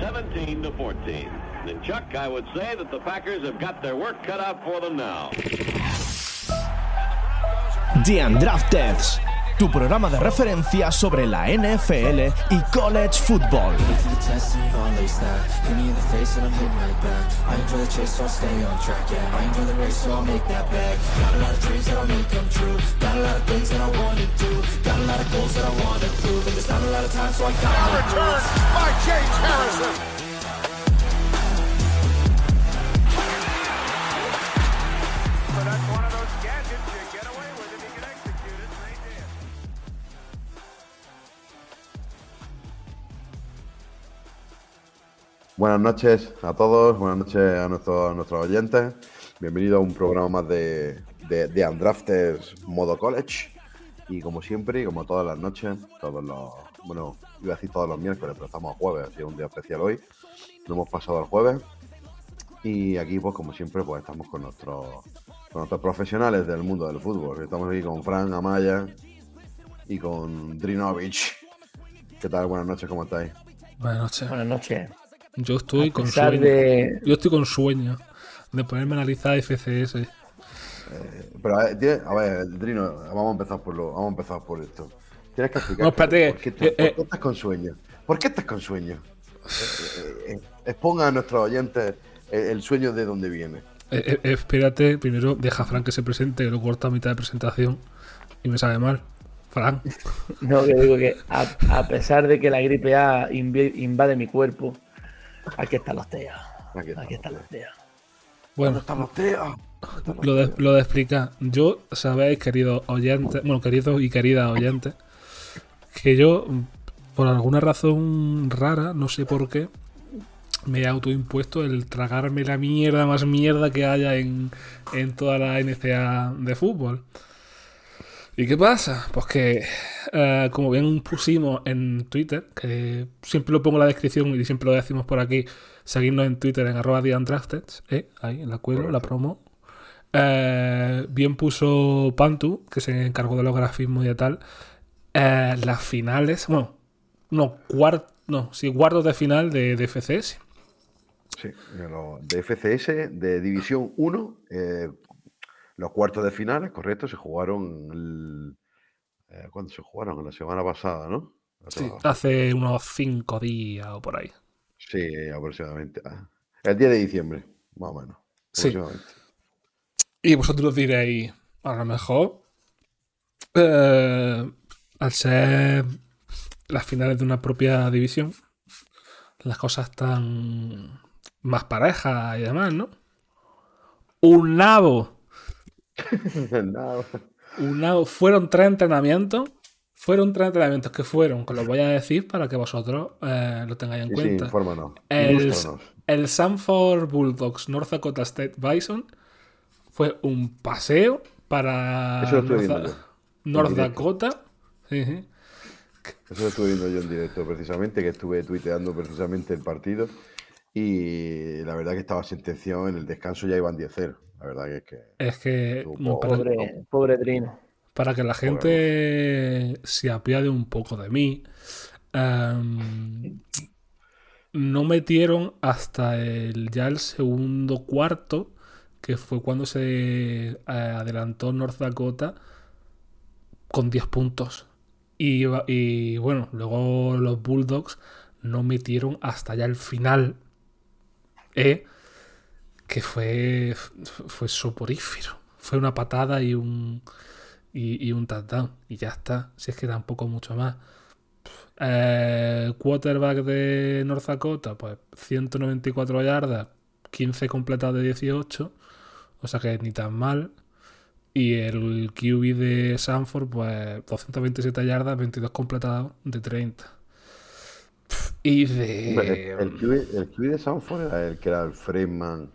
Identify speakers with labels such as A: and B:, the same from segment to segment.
A: 17-14. And Chuck, I would say that the Packers have got their work cut out for them now.
B: The Undrafted, tu programa de referencia sobre la NFL y college football.
C: Buenas noches a todos, buenas noches a nuestros oyentes. Bienvenidos a un programa más de Undrafted modo college. Y como siempre, y como todas las noches, iba a decir todos los miércoles, pero estamos a jueves, así es un día especial hoy. Nos hemos pasado al jueves. Y aquí, pues como siempre, pues estamos con nuestros profesionales del mundo del fútbol. Estamos aquí con Fran Amaya y con Drinovich. ¿Qué tal? Buenas noches, ¿cómo estáis?
D: Buenas noches.
E: Buenas noches.
D: Yo estoy con sueño. Yo estoy con sueño de ponerme a analizar FCS.
C: Pero a ver, Drino, vamos a empezar por esto. Tienes que explicar.
D: No, espérate.
C: ¿Por qué estás con sueño? ¿Por qué estás con sueño? Exponga a nuestros oyentes el sueño de dónde viene.
D: Espérate, primero deja a Fran que se presente, que lo corto a mitad de presentación y me sabe mal. Fran.
E: No, que digo que a pesar de que la gripe A invade mi cuerpo, aquí están los TEA. Aquí están los TEA.
D: Bueno,
C: están los TEA.
D: Lo de explicar. Yo, sabéis, queridos oyentes, queridos y queridas oyentes, que yo, por alguna razón rara, no sé por qué, me he autoimpuesto el tragarme la mierda más mierda que haya en toda la NCAA de fútbol. ¿Y qué pasa? Pues que, como bien pusimos en Twitter, que siempre lo pongo en la descripción y siempre lo decimos por aquí, seguirnos en Twitter en @TheUndrafted, ahí en la cuelo, la promo. Bien puso Pantu, que se encargó de los grafismos y tal, las finales, cuartos de final de FCS.
C: Sí, de FCS, de División 1, los cuartos de finales, correcto, se jugaron ¿cuándo se jugaron? La semana pasada, ¿no?
D: Sí, hace unos 5 días o por ahí.
C: Sí, aproximadamente. El 10 de diciembre, más o menos.
D: Sí. Y vosotros diréis, a lo mejor, al ser las finales de una propia división, las cosas están más parejas y demás, ¿no? Un nabo. Fueron 3 entrenamientos. Que fueron, que los voy a decir para que vosotros lo tengáis en cuenta.
C: Sí, infórmanos.
D: El Sanford Bulldogs North Dakota State Bison fue un paseo para North Dakota. Sí.
C: Eso lo estuve viendo yo en directo, precisamente, que estuve tuiteando precisamente el partido. Y la verdad que estaba sentenciado en el descanso, ya iban 10-0. La verdad
D: es que
E: pobre Trino.
D: Para que la gente se apiade un poco de mí, no metieron hasta el segundo cuarto, que fue cuando se adelantó North Dakota con 10 puntos. Y bueno, luego los Bulldogs no metieron hasta ya el final, que fue soporífero. Fue una patada y un touchdown. Y ya está. Si es que tampoco mucho más. Quarterback de North Dakota, pues 194 yardas, 15 completados de 18. O sea que ni tan mal. Y el QB de Sanford, pues 227 yardas, 22 completados de 30. Y de...
C: El QB de Sanford era el que era el Freeman.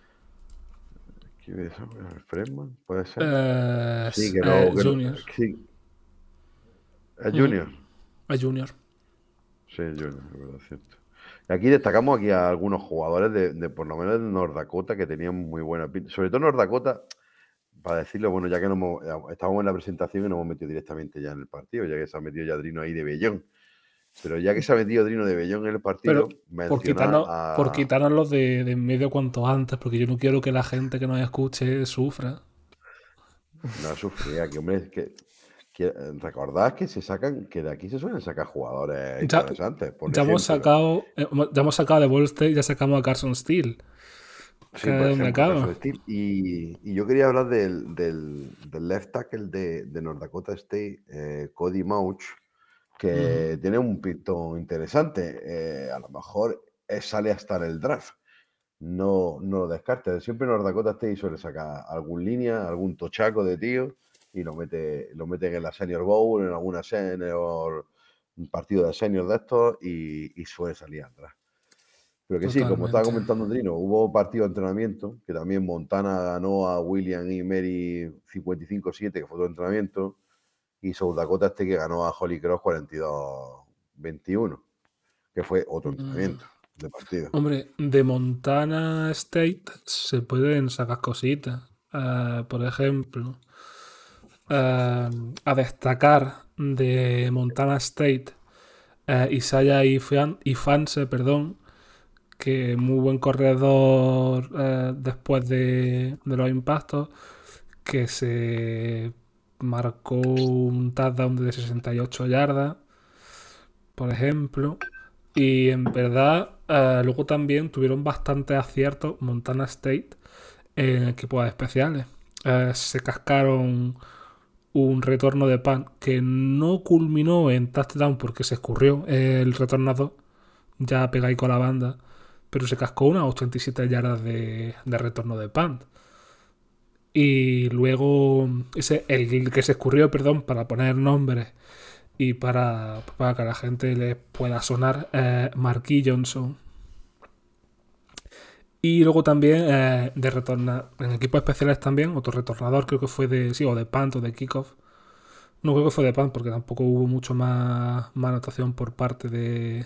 C: ¿El Freeman? ¿Puede ser? Sí,
D: Junior.
C: Sí. ¿El Junior?
D: El Junior.
C: Sí, el Junior, es verdad, cierto. Aquí destacamos a algunos jugadores de por lo menos de North Dakota que tenían muy buena pinta. Sobre todo North Dakota, para decirlo, bueno, ya que estábamos en la presentación y nos hemos metido directamente ya en el partido, ya que se ha metido Yadrino ahí de Bellón. Pero ya que se ha metido Drino de Bellón en el partido,
D: por quitarnos los de en medio cuanto antes, porque yo no quiero que la gente que nos escuche sufra.
C: No sufría, que hombre, recordad que se sacan, que de aquí se suelen sacar jugadores interesantes.
D: Ya hemos sacado de Ball State, ya sacamos a Carson Steele.
C: Sí, por ejemplo, y yo quería hablar del left tackle de North Dakota State, Cody Mauch, que tiene un pito interesante. A lo mejor sale a estar el draft. No lo descartes. Siempre North Dakota State suele sacar algún línea, algún tochaco de tío y lo mete en la Senior Bowl, en alguna senior, un partido de senior de estos y suele salir atrás. Pero que Totalmente. Sí, como estaba comentando Drino, hubo partido de entrenamiento, que también Montana ganó a William y Mary 55-7, que fue todo entrenamiento, y South Dakota que ganó a Holy Cross 42-21, que fue otro entrenamiento de partido.
D: Hombre, de Montana State se pueden sacar cositas. Por ejemplo, a destacar de Montana State, Isaiah Ifanse, que muy buen corredor después de los impactos, que se marcó un touchdown de 68 yardas, por ejemplo. Y en verdad, luego también tuvieron bastantes aciertos Montana State en equipos especiales. Se cascaron un retorno de punt que no culminó en touchdown porque se escurrió el retornador, ya pegáis con la banda, pero se cascó unas 87 yardas de retorno de punt. Y luego el que se escurrió, para poner nombres y para que a la gente le pueda sonar, Marquis Johnson. Y luego también de retornar en equipos especiales también, otro retornador, creo que fue de punt o de kickoff. No creo que fue de punt porque tampoco hubo mucho más anotación por parte de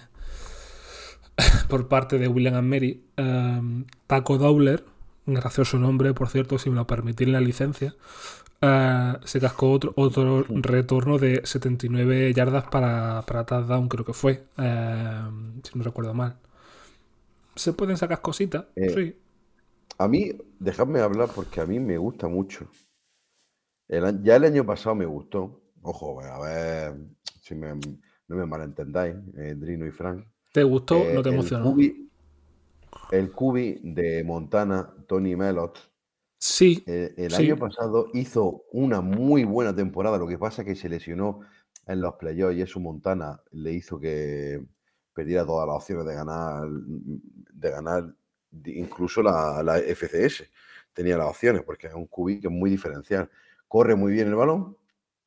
D: William and Mary. Taco Dowler, un gracioso nombre, por cierto, si me lo permitís la licencia. Se cascó otro retorno de 79 yardas para touchdown, creo que fue, si no recuerdo mal. ¿Se pueden sacar cositas? Sí.
C: A mí, dejadme hablar porque a mí me gusta mucho. Ya el año pasado me gustó. Ojo, a ver si no me malentendáis, Drino y Frank.
D: ¿Te gustó? ¿No te emocionó?
C: El QB de Montana, Tony Mellott.
D: Sí.
C: El año pasado hizo una muy buena temporada. Lo que pasa es que se lesionó en los playoffs y eso Montana le hizo que perdiera todas las opciones de ganar incluso la FCS. Tenía las opciones porque es un QB que es muy diferencial. Corre muy bien el balón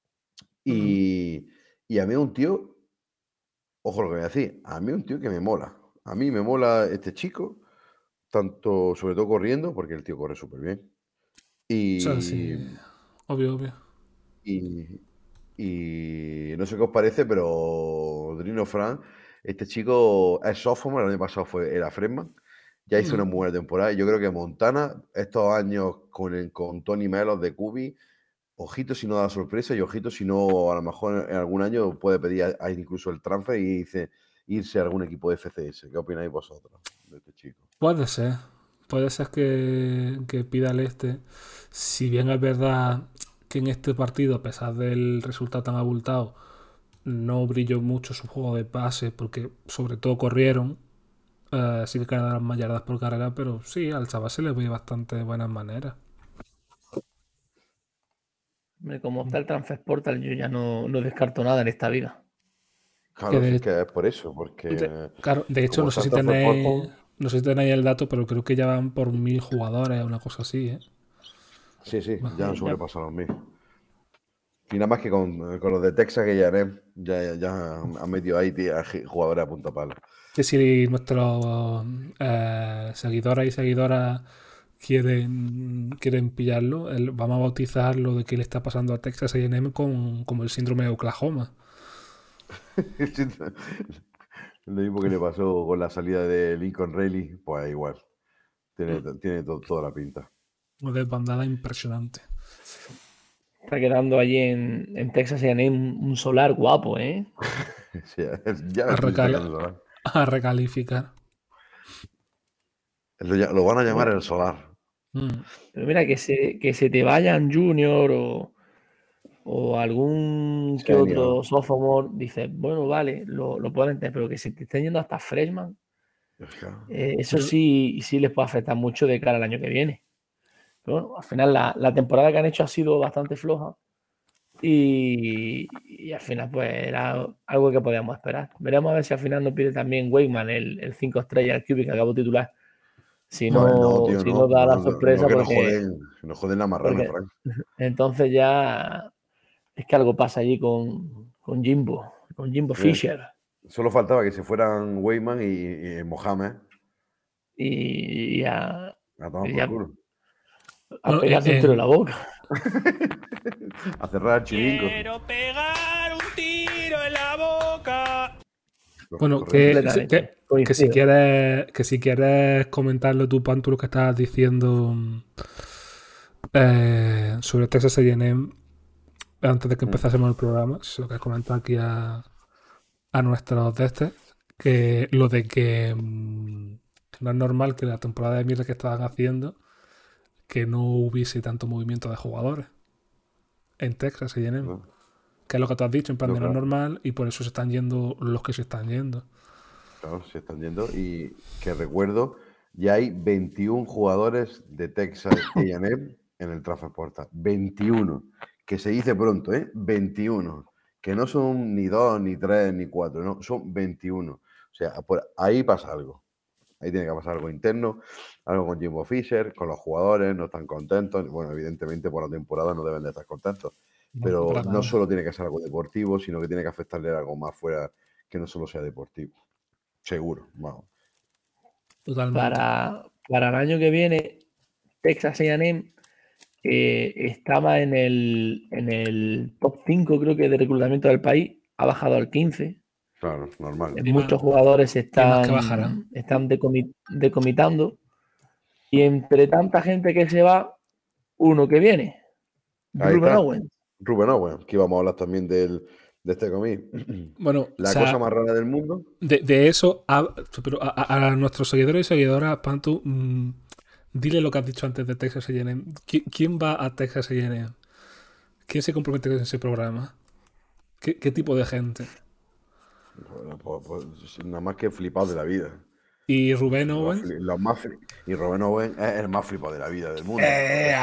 C: y a mí es un tío, ojo lo que voy a decir, a mí es un tío que me mola. A mí me mola este chico, tanto sobre todo corriendo, porque el tío corre súper bien. Y,
D: o sea, sí. Obvio.
C: Y no sé qué os parece, pero Drino Frank, este chico es sophomore, el año pasado era freshman, ya hizo una muy buena temporada. Y yo creo que Montana, estos años con Tony Mellott de QB, ojito si no da sorpresa y ojito si no, a lo mejor en algún año puede pedir incluso el transfer y irse a algún equipo de FCS. ¿Qué opináis vosotros de este chico?
D: Puede ser que pida el si bien es verdad que en este partido, a pesar del resultado tan abultado, no brilló mucho su juego de pase porque sobre todo corrieron, sí que ganaron más yardas por carrera, pero sí, al chaval se le ve bastante buenas maneras.
E: Como está el Transfer Portal, yo ya no descarto nada en esta vida.
C: Claro, es que es por eso, porque...
D: Claro, de hecho, no sé si tenéis el dato, pero creo que ya van por 1000 jugadores o una cosa así, ¿eh?
C: Sí, ya han sobrepasado los 1000. Y nada más que con los de Texas que ya han metido ahí jugadores a punta pala.
D: Que si nuestros seguidores y seguidoras quieren pillarlo, vamos a bautizar lo de que le está pasando a Texas A&M como el síndrome de Oklahoma.
C: Lo mismo que le pasó con la salida de Lincoln Riley, pues igual. Tiene toda la pinta.
D: Una desbandada impresionante.
E: Está quedando allí en Texas A&M un solar guapo, ¿eh?
C: Sí, ya me estoy sacando solar.
D: A recalificar.
C: Lo van a llamar el solar.
E: Pero mira, que se te vayan Junior o algún que
C: Senior.
E: otro sophomore, dices, bueno, vale, lo pueden entender, pero que se te estén yendo hasta freshman, eso sí les puede afectar mucho de cara al año que viene. Pero bueno, al final la temporada que han hecho ha sido bastante floja y al final pues era algo que podíamos esperar. Veremos a ver si al final nos pide también Wayman el 5 estrellas, el QB que acabó titular. Si no,
C: tío,
E: si no da la sorpresa,
C: que
E: porque
C: nos joden la marrana, Frank.
E: entonces ya es que algo pasa allí con Jimbo Fisher.
C: Solo faltaba que se fueran Wayman y Mohamed.
E: Y
C: a tomar por culo.
E: A pegarse un tiro en la boca.
C: A cerrar el chiringo.
F: Quiero pegar un tiro en la boca.
D: Bueno, que si quieres comentarlo tú, Pantu, lo que estabas diciendo sobre Texas A&M antes de que empezásemos el programa, si lo que has comentado aquí a nuestros testes, que lo de que no es normal que la temporada de mierda que estaban haciendo que no hubiese tanto movimiento de jugadores en Texas A&M. Que es lo que tú has dicho, en plan de no es normal, y por eso se están yendo los que se están yendo.
C: Claro, se están yendo, y que recuerdo, ya hay 21 jugadores de Texas A&M en el transfer portal. 21, que se dice pronto, 21, que no son ni 2, ni 3, ni 4, no, son 21. O sea, por ahí pasa algo. Ahí tiene que pasar algo interno, algo con Jimbo Fisher, con los jugadores, no están contentos. Bueno, evidentemente por la temporada no deben de estar contentos. Pero no solo tiene que ser algo deportivo, sino que tiene que afectarle algo más fuera que no solo sea deportivo. Seguro, vamos.
E: Totalmente. Para el año que viene, Texas A&M estaba en el top 5, creo que, de reclutamiento del país. Ha bajado al 15.
C: Claro, normal.
E: Muchos jugadores están decomitando. Y entre tanta gente que se va, uno que viene. Ruben Owens.
C: Ruben Owens, que íbamos a hablar también de este comí.
D: Bueno,
C: la cosa más rara del mundo.
D: De eso, pero a nuestros seguidores y seguidoras, Pantu, dile lo que has dicho antes de Texas A&M. ¿Quién va a Texas A&M? ¿Quién se compromete con ese programa? ¿Qué tipo de gente?
C: Bueno, pues nada más que flipado de la vida.
D: ¿Y Ruben Owens?
C: Y Ruben Owens es el más flipado de la vida del mundo.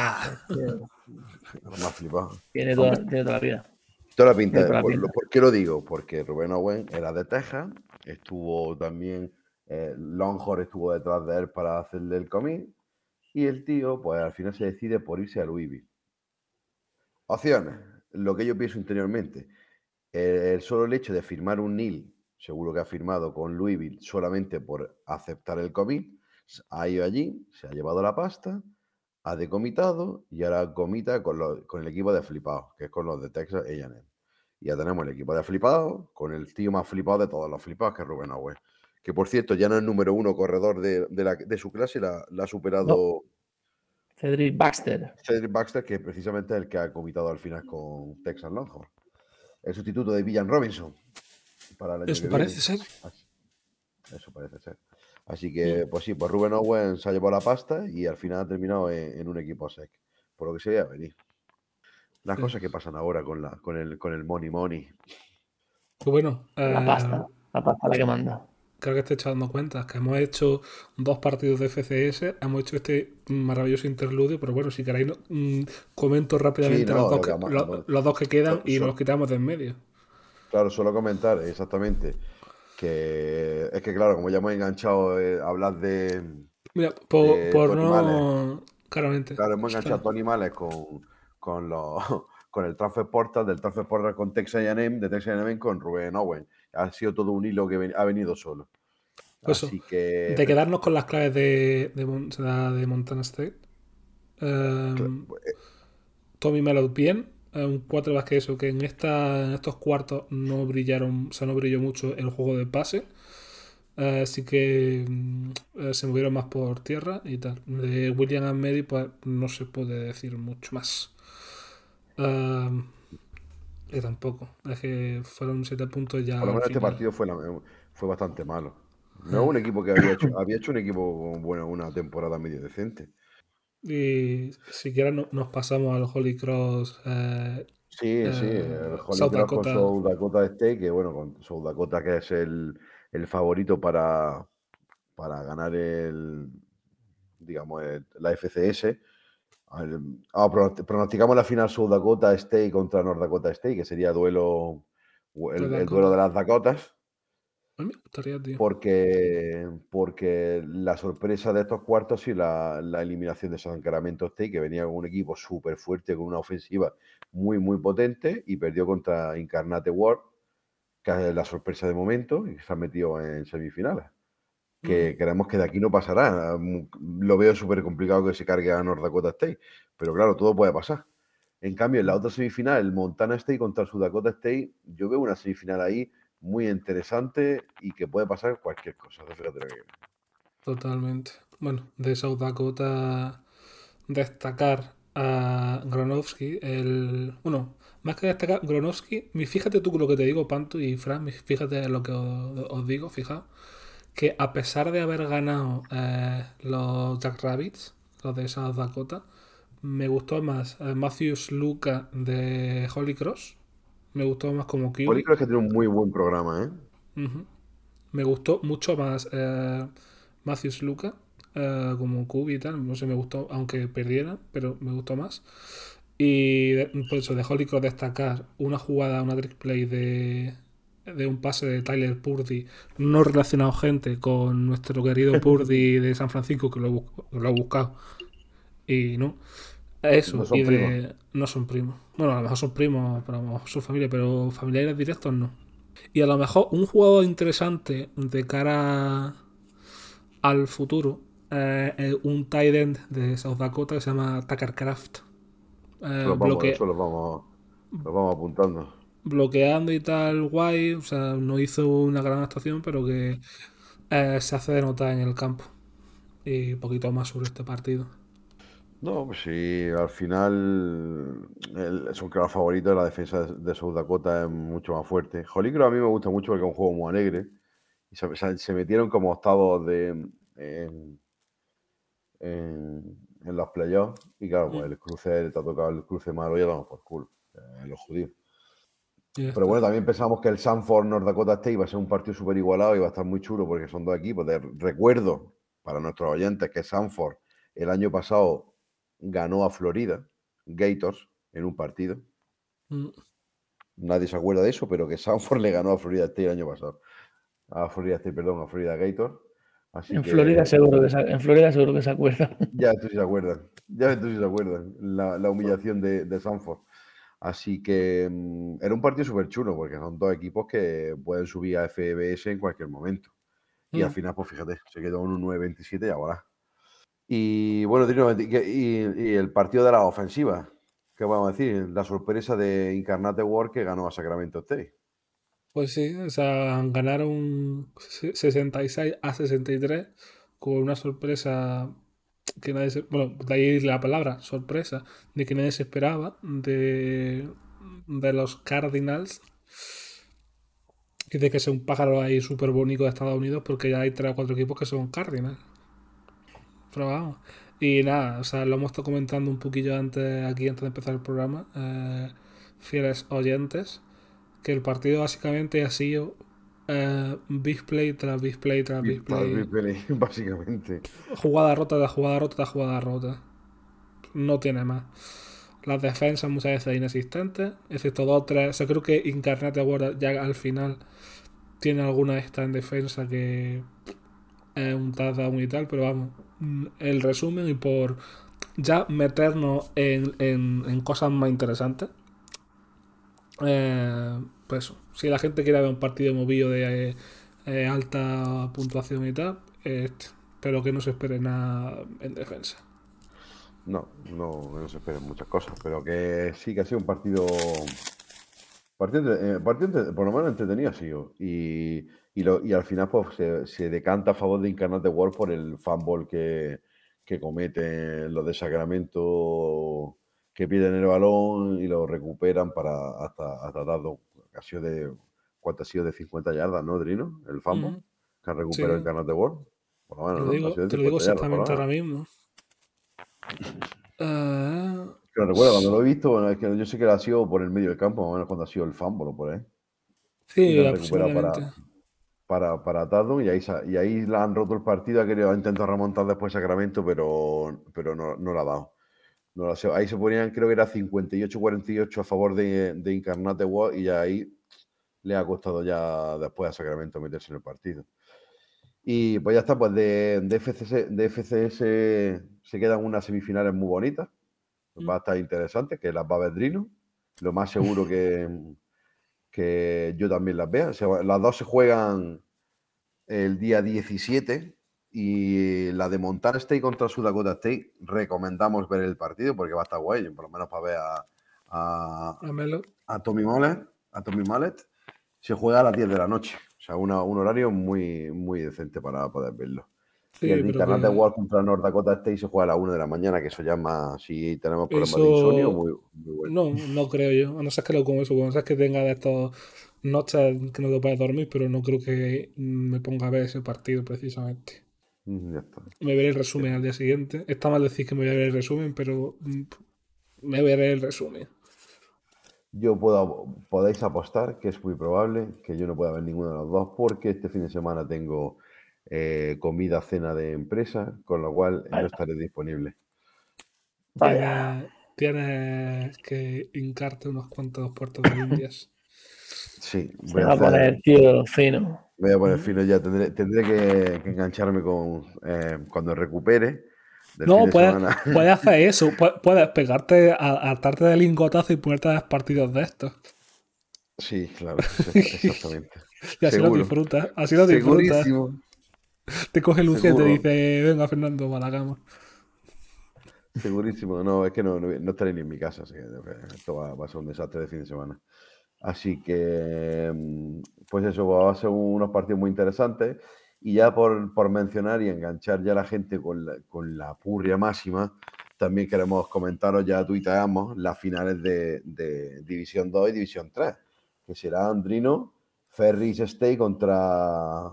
C: El más flipado.
E: Tiene toda la vida.
C: Toda la pinta. ¿Por qué lo digo? Porque Ruben Owens era de Texas, estuvo también, Longhorn estuvo detrás de él para hacerle el commit, y el tío, pues al final se decide por irse a Louisville. Opciones, lo que yo pienso interiormente, el solo hecho de firmar un NIL, seguro que ha firmado con Louisville solamente por aceptar el commit, ha ido allí, se ha llevado la pasta, ha decomitado y ahora comita con el equipo de flipados, que es con los de Texas A&M. Y ya tenemos el equipo de flipados con el tío más flipado de todos los flipados, que es Ruben Owens. Que por cierto, ya no es número 1 corredor de su clase, la ha superado
E: Cedric Baxter.
C: Cedric Baxter, que precisamente es el que ha comitado al final con Texas Longhorn. El sustituto de Villan Robinson. Para el año
D: Eso parece ser.
C: Eso parece ser. Así que, pues sí, pues Ruben Owens se ha llevado la pasta y al final ha terminado en un equipo SEC. Por lo que se veía venir. Las cosas que pasan ahora con el money.
D: Pues bueno.
E: La pasta la que manda.
D: Creo que te estoy dando cuenta que hemos hecho 2 partidos de FCS, hemos hecho este maravilloso interludio, pero bueno, si queréis comento rápidamente los dos que quedan y nos los quitamos de en medio.
C: Claro, solo comentar exactamente que es que claro, como ya hemos enganchado a hablar de...
D: Mira, por no...
C: Males,
D: claramente.
C: Claro, hemos enganchado a Tony Males con el transfer portal, del transfer portal con Texas A&M, de Texas A&M con Ruben Owens. Ha sido todo un hilo que ha venido solo.
D: Pues
C: así que...
D: De quedarnos con las claves de Montana State. Tommy Mellott bien. Un quarterback que en estos cuartos no brillaron, o sea, no brilló mucho el juego de pase. Así que se movieron más por tierra y tal. De William and Mary, pues no se puede decir mucho más. Que tampoco. Es que fueron 7 puntos ya
C: Por lo
D: al
C: menos este
D: final.
C: partido fue bastante malo. No es un equipo que había hecho un equipo con una temporada medio decente.
D: Y siquiera nos pasamos al Holy Cross.
C: Sí, el Holy
D: South
C: Cross con
D: Dakota.
C: South Dakota State, que bueno, con South Dakota que es el favorito para ganar digamos, la FCS. Pronosticamos la final South Dakota State contra North Dakota State, que sería el duelo
D: Dakota.
C: de las Dakotas.
D: A mí me gustaría, tío.
C: Porque la sorpresa de estos cuartos y la eliminación de Sacramento State, que venía con un equipo súper fuerte, con una ofensiva muy, muy potente, y perdió contra Incarnate Word, que es la sorpresa de momento, y que se ha metido en semifinales. Que creemos que de aquí no pasará. Lo veo súper complicado que se cargue a North Dakota State, pero claro, todo puede pasar. En cambio, en la otra semifinal, el Montana State contra el South Dakota State, yo veo una semifinal ahí muy interesante y que puede pasar cualquier cosa. Fíjate lo que...
D: Totalmente. Bueno, de South Dakota destacar a Gronowski. Bueno, más que destacar Gronowski, fíjate tú lo que te digo, Panto y Fran, fíjate en lo que os digo, fijaos, que a pesar de haber ganado los Jack Rabbits, los de South Dakota, me gustó más Matthews Luca de Holy Cross. Me gustó más como
C: Holy
D: QB.
C: Cross que tiene un muy buen programa, ¿eh?
D: Ujú. Me gustó mucho más Matthews Luca como QB y tal. No sé, me gustó, aunque perdiera, pero me gustó más. Y por eso de Holy Cross destacar una jugada, una trick play de un pase de Tyler Purdy, no relacionado gente con nuestro querido Purdy de San Francisco, que lo he buscado. Y no.
C: No
D: Eso,
C: son
D: y
C: primos.
D: no son primos. Bueno, a lo mejor son primos, pero a lo mejor son familia, pero familiares directos no. Y a lo mejor un jugador interesante de cara al futuro, un tight end de South Dakota que se llama Tucker Craft.
C: Los vamos apuntando.
D: Bloqueando y tal, guay. O sea, no hizo una gran actuación, pero que se hace de notar en el campo. Y un poquito más sobre este partido.
C: No, pues sí, al final son claros favoritos. La defensa de South Dakota es mucho más fuerte. Holy Cross a mí me gusta mucho porque es un juego muy alegre. Y se metieron como octavos en los playoffs. Y claro, pues el cruce, te ha tocado el cruce malo y ya damos por culo. Los judíos. Pero bueno, también pensamos que el Sanford North Dakota State iba a ser un partido súper igualado y va a estar muy chulo porque son dos equipos. Recuerdo para nuestros oyentes que Sanford el año pasado ganó a Florida Gators en un partido. Nadie se acuerda de eso, pero que Sanford le ganó a Florida State el año pasado. A Florida Gators. Así
E: En
C: que
E: Florida seguro que se acuerdan.
C: ya tú sí se acuerdan. La humillación de Sanford. Así que era un partido súper chulo porque son dos equipos que pueden subir a FBS en cualquier momento. Y al final, pues fíjate, se quedó en un 9-27 y ahora. Y bueno, y el partido de la ofensiva, ¿qué vamos a decir? La sorpresa de Incarnate Word que ganó a Sacramento State.
D: Pues sí, o sea, ganaron 66-63 con una sorpresa que nadie se... Bueno, de ahí la palabra, sorpresa, de que nadie se esperaba, de los Cardinals, y de que es un pájaro ahí súper bonito de Estados Unidos, porque ya hay 3 o 4 equipos que son Cardinals. Pero vamos. Y nada, o sea, lo hemos estado comentando un poquillo antes de empezar el programa, fieles oyentes, que el partido básicamente ha sido big play tras big play tras big play.
C: Básicamente.
D: Jugada rota tras jugada rota tras jugada rota. No tiene más. Las defensas muchas veces inexistentes, excepto 2 o 3. O sea, creo que Incarnate Word ya al final tiene alguna esta en defensa que es un touchdown y tal, pero vamos, el resumen y por ya meternos en cosas más interesantes. Pues eso, si la gente quiere ver un partido movido de alta puntuación y tal, pero que no se espere nada en defensa.
C: No se esperen muchas cosas, pero que sí que ha sido un partido por lo menos entretenido ha sido. Y al final pues se decanta a favor de Incarnate Word por el fumble que cometen los de Sacramento, que pierden el balón y lo recuperan para hasta Tatum. ¿Cuánto ha sido de 50 yardas, no, Drino? El fumble que recuperó el
D: Sí,
C: Carnot de World. Por lo menos, ¿no? Ha sido de
D: te lo digo
C: 50 yardas, por lo
D: exactamente ahora
C: menos.
D: mismo. Ah,
C: Que lo recuerdo cuando lo he visto, bueno, es que yo sé que ha sido por el medio del campo, más o menos cuando ha sido el fumble o por ahí. Y lo
D: sí,
C: han recuperado
D: aproximadamente.
C: para Tatum y ahí la han roto el partido. Ha intentado remontar después Sacramento, pero no la ha dado. No, ahí se ponían, creo que era 58-48 a favor de Incarnate Word y ahí le ha costado ya después a Sacramento meterse en el partido. Y pues ya está, pues de FCS se quedan unas semifinales muy bonitas. Va a estar interesante, que las va a ver Drino. Lo más seguro que yo también las vea. O sea, las dos se juegan el día 17 y la de Montana State contra South Dakota State recomendamos ver el partido porque va a estar guay, por lo menos para ver
D: Dámelo.
C: a Tommy Mallet, se juega a las 10 de la noche, o sea, un horario muy, muy decente para poder verlo. Y
D: Sí,
C: el de
D: pero
C: Internet de
D: que
C: World contra North Dakota State se juega a las 1 de la mañana, que eso ya es más, si tenemos problemas de insomnio,
D: eso
C: muy, muy bueno.
D: no creo yo. A no ser que lo como eso, como no que tenga de estos noches que no te puedes dormir, pero no creo que me ponga a ver ese partido precisamente.
C: Ya está.
D: Me veré el resumen al día siguiente. Está mal decir que me voy a ver el resumen, pero me veré el resumen.
C: Podéis apostar que es muy probable que yo no pueda ver ninguno de los dos porque este fin de semana tengo comida, cena de empresa, con lo cual no estaré disponible.
D: Tienes que hincarte unos cuantos puertos de Indias.
C: Sí,
E: Se va a poner tío fino.
C: voy a poner fino ya. Tendré que engancharme cuando recupere del fin
D: No,
C: de semana.
D: puedes hacer eso. Puedes pegarte, hartarte de lingotazo y ponerte a ver partidos de estos.
C: Sí, claro, exactamente.
D: Y así lo
C: Seguro.
D: disfrutas. Así lo disfrutas.
C: Segurísimo.
D: Te coge Lucía y te
C: Seguro.
D: dice: Venga, Fernando, a la cama.
C: Segurísimo. No, es que no estaré ni en mi casa, así que esto va a ser un desastre de fin de semana. Así que, pues eso, va a ser unos partidos muy interesantes. Y ya por mencionar y enganchar ya a la gente con la purria máxima, también queremos comentaros, ya tuiteamos las finales de División 2 y División 3, que será Andrino, Ferris State contra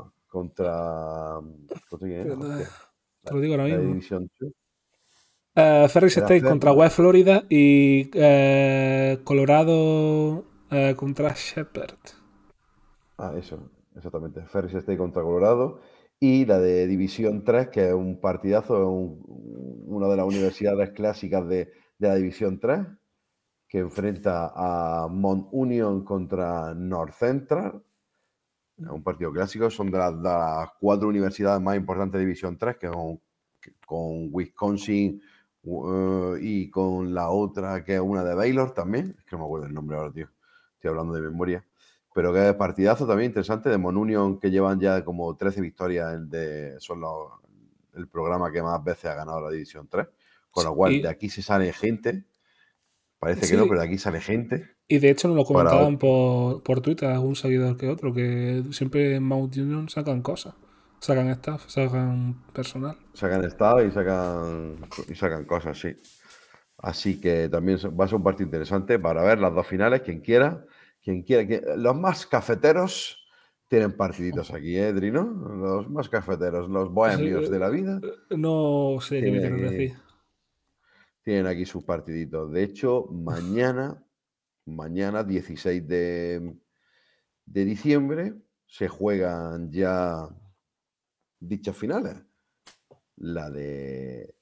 C: quién era? Hostia,
D: Te lo digo ahora
C: la de
D: mismo.
C: División 2.
D: Ferris
C: Era
D: State contra
C: Ferris.
D: West Florida y Colorado contra Shepherd.
C: Eso, exactamente. Ferris State contra Colorado. Y la de División 3, que es un partidazo, una de las universidades clásicas de la División 3, que enfrenta a Mount Union contra North Central. Es un partido clásico, son de las 4 universidades más importantes de División 3, que con Wisconsin y con la otra, que es una de Baylor también. Es que no me acuerdo el nombre ahora, tío. Estoy hablando de memoria. Pero que es partidazo también interesante de Mount Union, que llevan ya como 13 victorias. Son el programa que más veces ha ganado la División 3. Con lo cual, de aquí se sale gente. Parece que no, pero
D: Sí,
C: de aquí sale gente.
D: y de hecho nos lo
C: Para,
D: comentaban por Twitter, algún seguidor que otro, que siempre en Mount Union sacan cosas. Sacan staff, sacan personal.
C: sacan estado y sacan cosas, sí. Así que también va a ser un partido interesante para ver las dos finales. Quien quiera. Los más cafeteros tienen partiditos aquí, ¿eh, Drino? Los más cafeteros, los bohemios de la vida,
D: No sé qué me
C: tienen
D: quieres
C: aquí,
D: decir.
C: tienen aquí sus partiditos. De hecho, mañana 16 de diciembre, se juegan ya dichas finales. La de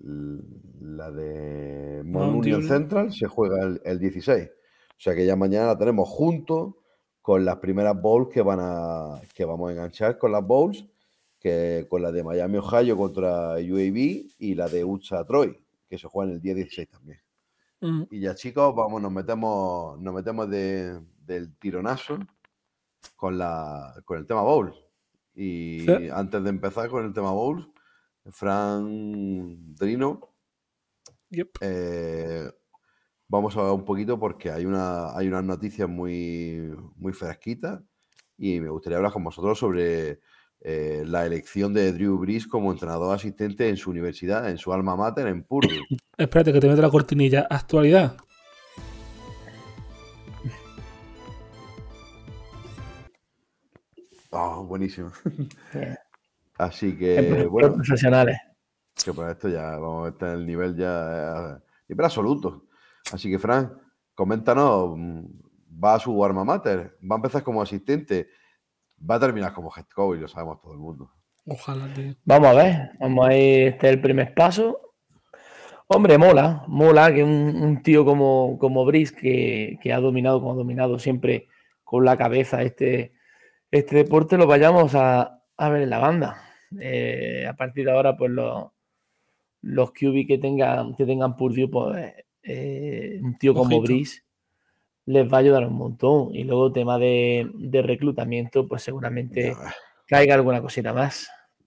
C: Mount
D: Mount
C: Union
D: Union.
C: Central se juega el 16. O sea que ya mañana la tenemos junto con las primeras bowls que vamos a enganchar con las bowls, que con la de Miami, Ohio contra UAB y la de USA Troy, que se juega en el día 16 también. Y ya, chicos, nos metemos del tironazo con el tema bowls. Y antes de empezar con el tema bowls, Fran Drino,
D: Yep.
C: vamos a hablar un poquito porque hay unas noticias muy, muy fresquitas y me gustaría hablar con vosotros sobre la elección de Drew Brees como entrenador asistente en su universidad, en su alma mater, en Purdue.
D: Espérate que te meto la cortinilla. Actualidad.
C: Oh, buenísimo.
E: Bien.
C: Así que,
E: Los
C: bueno,
E: profesionales.
C: que para esto ya vamos a estar en el nivel ya nivel absoluto. Así que, Fran, coméntanos, va a su alma mater, va a empezar como asistente, va a terminar como head coach, lo sabemos todo el mundo.
D: Ojalá, tío.
E: Vamos a ver, vamos a ir, este es el primer paso. Hombre, mola que un tío como Brice, que ha dominado, como ha dominado siempre con la cabeza este deporte, lo vayamos a ver en la banda. A partir de ahora, pues los QB que tengan Purdue, pues un tío como
D: Ojito.
E: Brice les va a ayudar un montón. Y luego tema de reclutamiento, pues seguramente
C: Ya,
E: caiga alguna cosita más.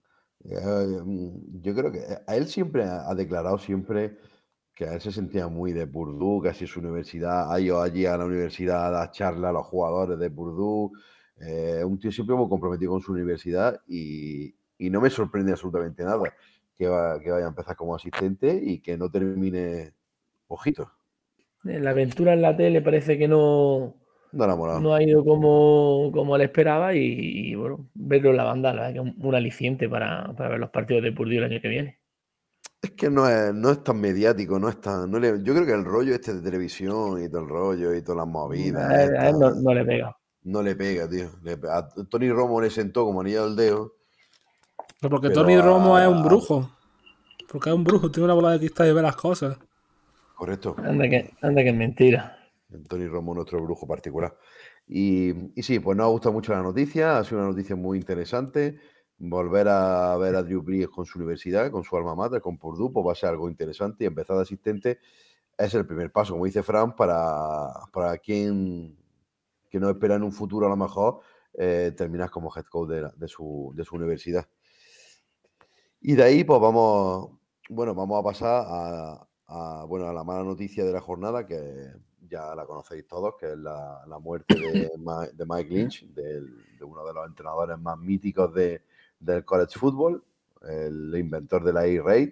C: yo creo que a él siempre ha declarado siempre que a él se sentía muy de Purdue, que así su universidad, ha ido allí a la universidad a dar charlas a los jugadores de Purdue, un tío siempre muy comprometido con su universidad y no me sorprende absolutamente nada que vaya a empezar como asistente y que no termine, ojito,
E: La aventura en la tele parece que no
C: enamorado.
E: ha ido como él esperaba y, bueno, verlo en la banda, la verdad que es un aliciente para ver los partidos de Purdue el año que viene.
C: Es que no es tan mediático, yo creo que el rollo este de televisión y todo el rollo y todas las movidas,
E: A él no le pega.
C: no le pega, tío. A Tony Romo le sentó como anillo al dedo,
D: Pero porque
C: pero
D: Tony Romo es un brujo. Porque es un brujo, tiene una bola de cristal y ve las cosas.
C: correcto.
E: Anda que es mentira.
C: Tony Romo, nuestro brujo particular. Y sí, pues nos ha gustado mucho la noticia, ha sido una noticia muy interesante. Volver a ver a Drew Brees con su universidad, con su alma mater, con Purdue, pues va a ser algo interesante y empezar de asistente es el primer paso, como dice Fran, para quien que no espera en un futuro a lo mejor terminar como head coach de su universidad. Y de ahí, pues vamos a pasar a la mala noticia de la jornada, que ya la conocéis todos, que es la muerte de Mike Lynch, de uno de los entrenadores más míticos del college football, el inventor de la Air Raid,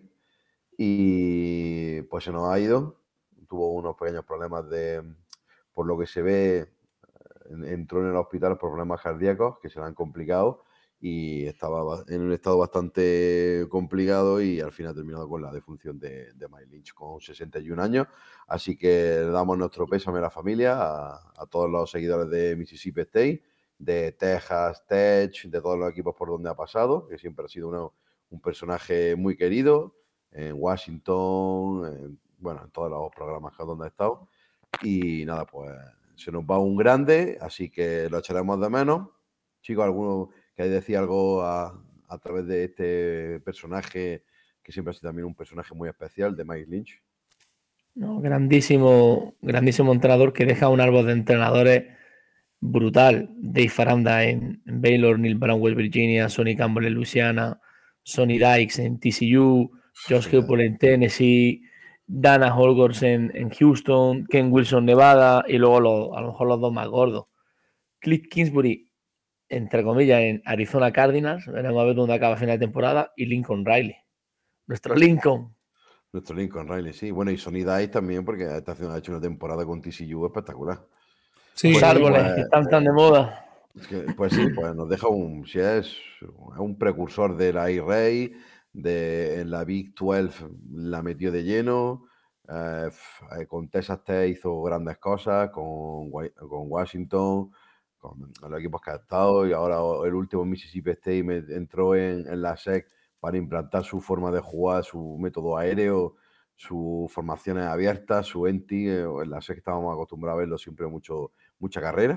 C: y pues se nos ha ido. Tuvo unos pequeños problemas por lo que se ve, entró en el hospital por problemas cardíacos que se le han complicado y estaba en un estado bastante complicado y al final ha terminado con la defunción de Mike Lynch con 61 años. Así que le damos nuestro pésame a la familia, a todos los seguidores de Mississippi State, de Texas Tech, de todos los equipos por donde ha pasado, que siempre ha sido un personaje muy querido en Washington, en todos los programas donde ha estado. Y nada, pues se nos va un grande, así que lo echaremos de menos. Chicos, ¿alguno que decir algo a través de este personaje, que siempre ha sido también un personaje muy especial, de Mike Lynch?
E: No, grandísimo entrenador que deja un árbol de entrenadores brutal. Dave Aranda en Baylor, Neil Brown, West Virginia, Sonny Campbell en Louisiana, Sonny Dykes en TCU, Josh Heupel en Tennessee, Dana Holgorsen en Houston, Ken Wilson, Nevada, y luego a lo mejor los dos más gordos. Cliff Kingsbury, entre comillas, en Arizona Cardinals, veremos a ver dónde acaba a final de temporada, y Lincoln Riley, nuestro Lincoln.
C: Nuestro Lincoln Riley, sí. Bueno, y Sonny Dykes también, porque ha hecho una temporada con TCU espectacular.
D: Sí,
E: Los árboles que están tan de moda.
C: Pues sí, pues nos deja si es un precursor de la I-Ray, en la Big 12 la metió de lleno, con Texas Tech hizo grandes cosas, con Washington, con los equipos que ha estado, y ahora el último Mississippi State entró en la SEC para implantar su forma de jugar, su método aéreo, sus formaciones abiertas, su ENTI. En la SEC estábamos acostumbrados a verlo siempre mucha carrera.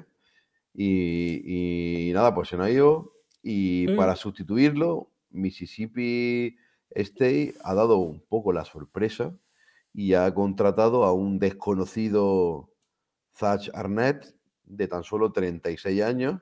C: Y nada, pues se nos ha ido. Y para sustituirlo, Mississippi State ha dado un poco la sorpresa y ha contratado a un desconocido Zach Arnett de tan solo 36 años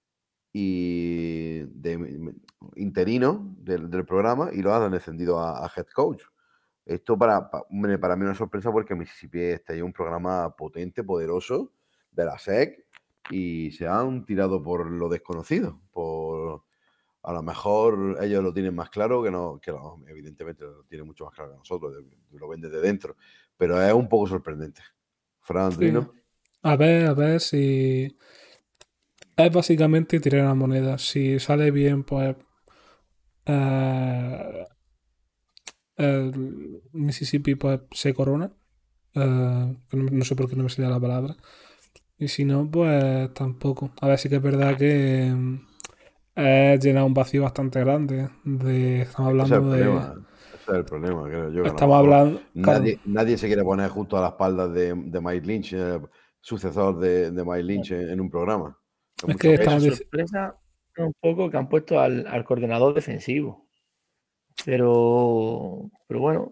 C: y interino del programa, y lo han ascendido a head coach. Esto para mí es una sorpresa, porque Mississippi State es un programa potente, poderoso de la SEC, y se han tirado por lo desconocido, por A lo mejor ellos lo tienen más claro evidentemente lo tienen mucho más claro que nosotros, lo ven desde dentro, pero es un poco sorprendente. Fran
D: Sí.
C: Andrino.
D: A ver si. Es básicamente tirar la moneda. Si sale bien, pues. El Mississippi pues se corona. No sé por qué no me sale la palabra. Y si no, pues tampoco. A ver, sí que es verdad que es llenar un vacío bastante grande. Estamos hablando de.
C: Ese es el problema, creo yo. Que a lo
D: Estamos
C: mejor
D: hablando. Claro,
C: nadie se quiere poner justo a la espalda de Mike Lynch, sucesor de Mike Lynch en un programa.
D: es
C: Mucho
D: que
C: peso.
D: estamos
E: La sorpresa es un poco que han puesto al coordinador defensivo. Pero bueno,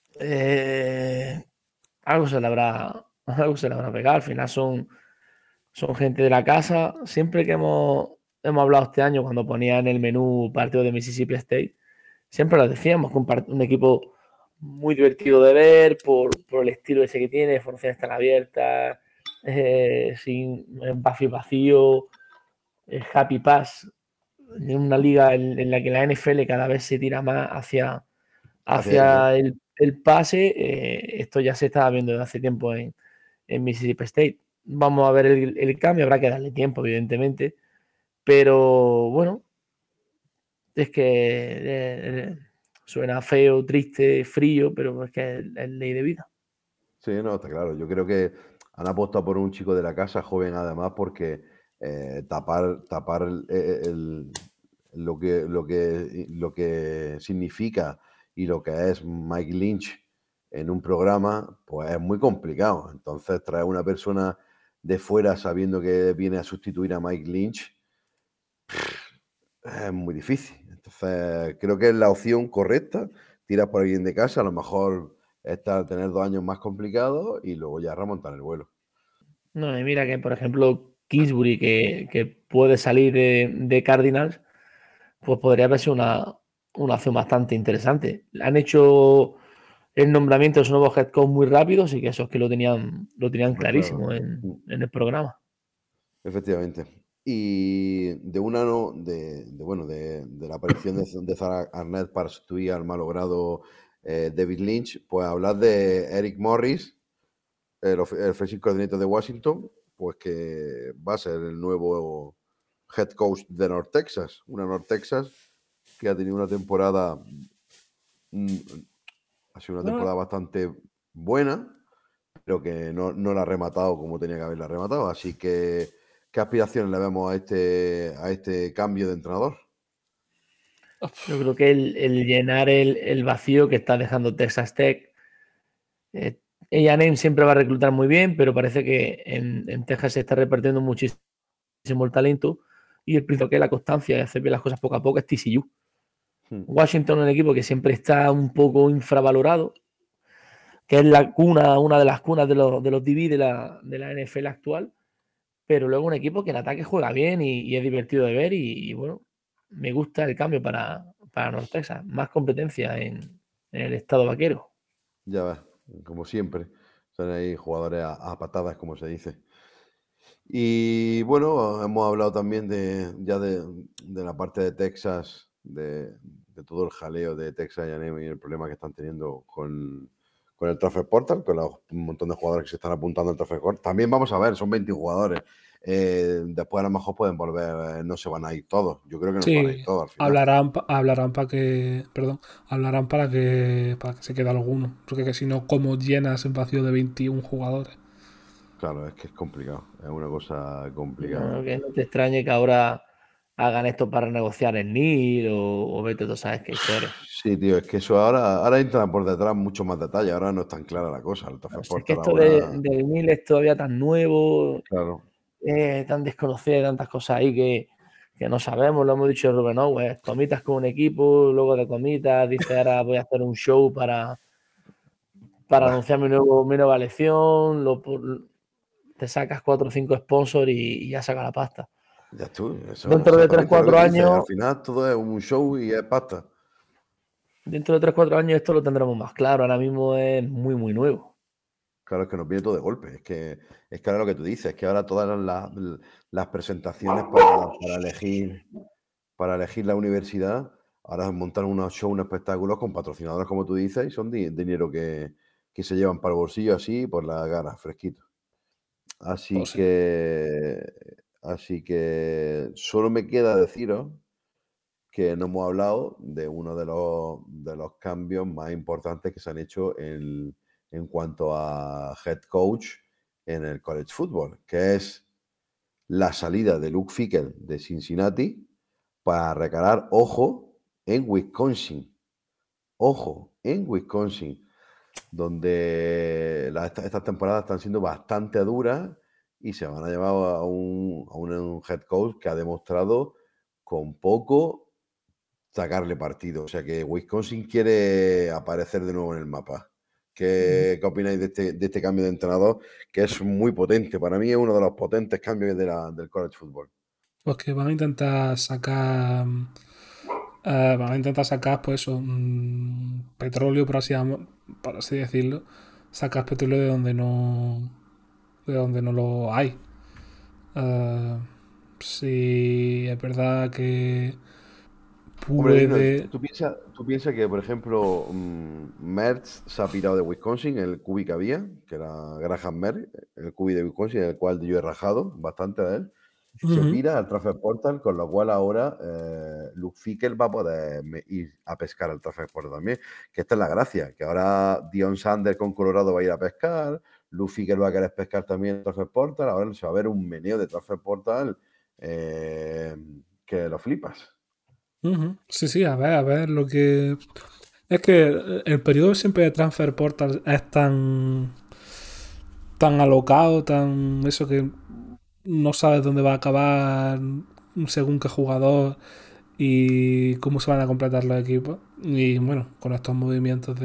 E: algo se le habrá pegado. Al final son gente de la casa. Siempre que hemos hablado este año, cuando ponía en el menú partido de Mississippi State, siempre lo decíamos, que un equipo muy divertido de ver por el estilo ese que tiene, formaciones tan abiertas, sin vacío vacío, happy pass, en una liga en la que la NFL cada vez se tira más hacia el pase. Esto ya se estaba viendo desde hace tiempo en Mississippi State. Vamos a ver el cambio, habrá que darle tiempo, evidentemente, pero bueno, es que suena feo, triste, frío, pero es que es ley de vida.
C: Sí, no, está claro. Yo creo que han apostado por un chico de la casa, joven además, porque tapar lo que significa y lo que es Mike Lynch en un programa, pues es muy complicado. Entonces, traer una persona de fuera sabiendo que viene a sustituir a Mike Lynch es muy difícil. Entonces, creo que es la opción correcta. Tiras por alguien de casa, a lo mejor tener 2 años más complicados y luego ya remontar el vuelo.
E: No, y mira que, por ejemplo, Kingsbury, que puede salir de Cardinals, pues podría verse una opción bastante interesante. Han hecho el nombramiento de su nuevo head coach muy rápido, así que eso es que lo tenían clarísimo
C: Claro.
E: en el programa.
C: Efectivamente. Y de la aparición de Zara Arnett para sustituir al malogrado David Lynch, pues hablar de Eric Morris, el offensive coordinator de Washington, pues que va a ser el nuevo head coach de North Texas. Una North Texas que ha tenido una temporada bastante buena, pero que no la ha rematado como tenía que haberla rematado. Así que, ¿qué aspiraciones le vemos a este cambio de entrenador?
E: Yo creo que el llenar el vacío que está dejando Texas Tech. A&M siempre va a reclutar muy bien, pero parece que en Texas se está repartiendo muchísimo el talento, y el principio que es la constancia y hacer bien las cosas poco a poco es TCU. Washington es un equipo que siempre está un poco infravalorado, que es una de las cunas de los DB de la NFL actual, pero luego un equipo que en ataque juega bien y es divertido de ver, y bueno, me gusta el cambio para North Texas, más competencia en el estado vaquero.
C: Ya ves, como siempre, son ahí jugadores a patadas, como se dice. Y bueno, hemos hablado también de la parte de Texas, de todo el jaleo de Texas A&M y el problema que están teniendo con el Transfer Portal, con un montón de jugadores que se están apuntando al Transfer Portal. También vamos a ver, son 20 jugadores. Después a lo mejor pueden volver, no se van a ir todos. Yo creo que no se van a ir todos al final.
D: hablarán para que se quede alguno. Porque que si no, ¿cómo llenas el vacío de 21 jugadores?
C: Claro, es que es complicado, es una cosa complicada.
E: No, que no te extrañe que ahora hagan esto para negociar el NIL o vete, tú sabes qué historia.
C: Sí, tío, es que eso ahora entran por detrás mucho más detalle, ahora no es tan clara la cosa. El Transfer
E: Es que
C: Portal
E: esto
C: ahora,
E: del NIL es todavía tan nuevo,
C: claro,
E: tan desconocido, hay tantas cosas ahí que no sabemos. Lo hemos dicho de Rubén Owens, comitas con un equipo, luego de comitas dice ahora voy a hacer un show para anunciar mi nueva lección, te sacas 4 o 5 sponsors y ya saca la pasta.
C: ya tú. Eso,
E: Dentro de 3 o 4 años.
C: Al final todo es un show y es pasta.
E: Dentro de 3 o 4 años esto lo tendremos más claro. Ahora mismo es muy, muy nuevo.
C: Claro, es que nos viene todo de golpe. Es que ahora lo que tú dices, es que ahora todas las presentaciones para elegir para elegir la universidad. Ahora montan unos shows, unos espectáculos con patrocinadores, como tú dices, y son dinero que se llevan para el bolsillo así por la cara, fresquito.
D: Pues sí.
C: Así que solo me queda deciros que no hemos hablado de uno de los cambios más importantes que se han hecho en cuanto a head coach en el college football, que es la salida de Luke Fickell de Cincinnati para recalar, ojo, en Wisconsin. Ojo, en Wisconsin, donde estas temporadas están siendo bastante duras y se van a llevar a un head coach que ha demostrado con poco sacarle partido. O sea que Wisconsin quiere aparecer de nuevo en el mapa. ¿Qué opináis de este cambio de entrenador? Que es muy potente. Para mí es uno de los potentes cambios del college football.
D: Pues que van a intentar sacar. Pues eso, petróleo, por así decirlo. Sacar petróleo de donde no. De donde no lo hay. Sí, es verdad que
C: Hombre, Dino,
D: puede.
C: tú piensas que, por ejemplo, Mertz se ha pirado de Wisconsin, el QB que había, que era Graham Mertz, el QB de Wisconsin, el cual yo he rajado bastante de él. Se
D: Ujú.
C: pira al transfer portal, con lo cual ahora Luke Fickell va a poder ir a pescar al transfer portal también, que esta es la gracia, que ahora Dion Sanders con Colorado va a ir a pescar, Luke Fickell va a querer pescar también el transfer portal, ahora se va a ver un meneo de transfer portal que lo flipas.
D: Ujú. Sí, sí, a ver lo que. Es que el periodo siempre de Transfer Portal es tan alocado, tan eso que no sabes dónde va a acabar según qué jugador y cómo se van a completar los equipos. Y bueno, con estos movimientos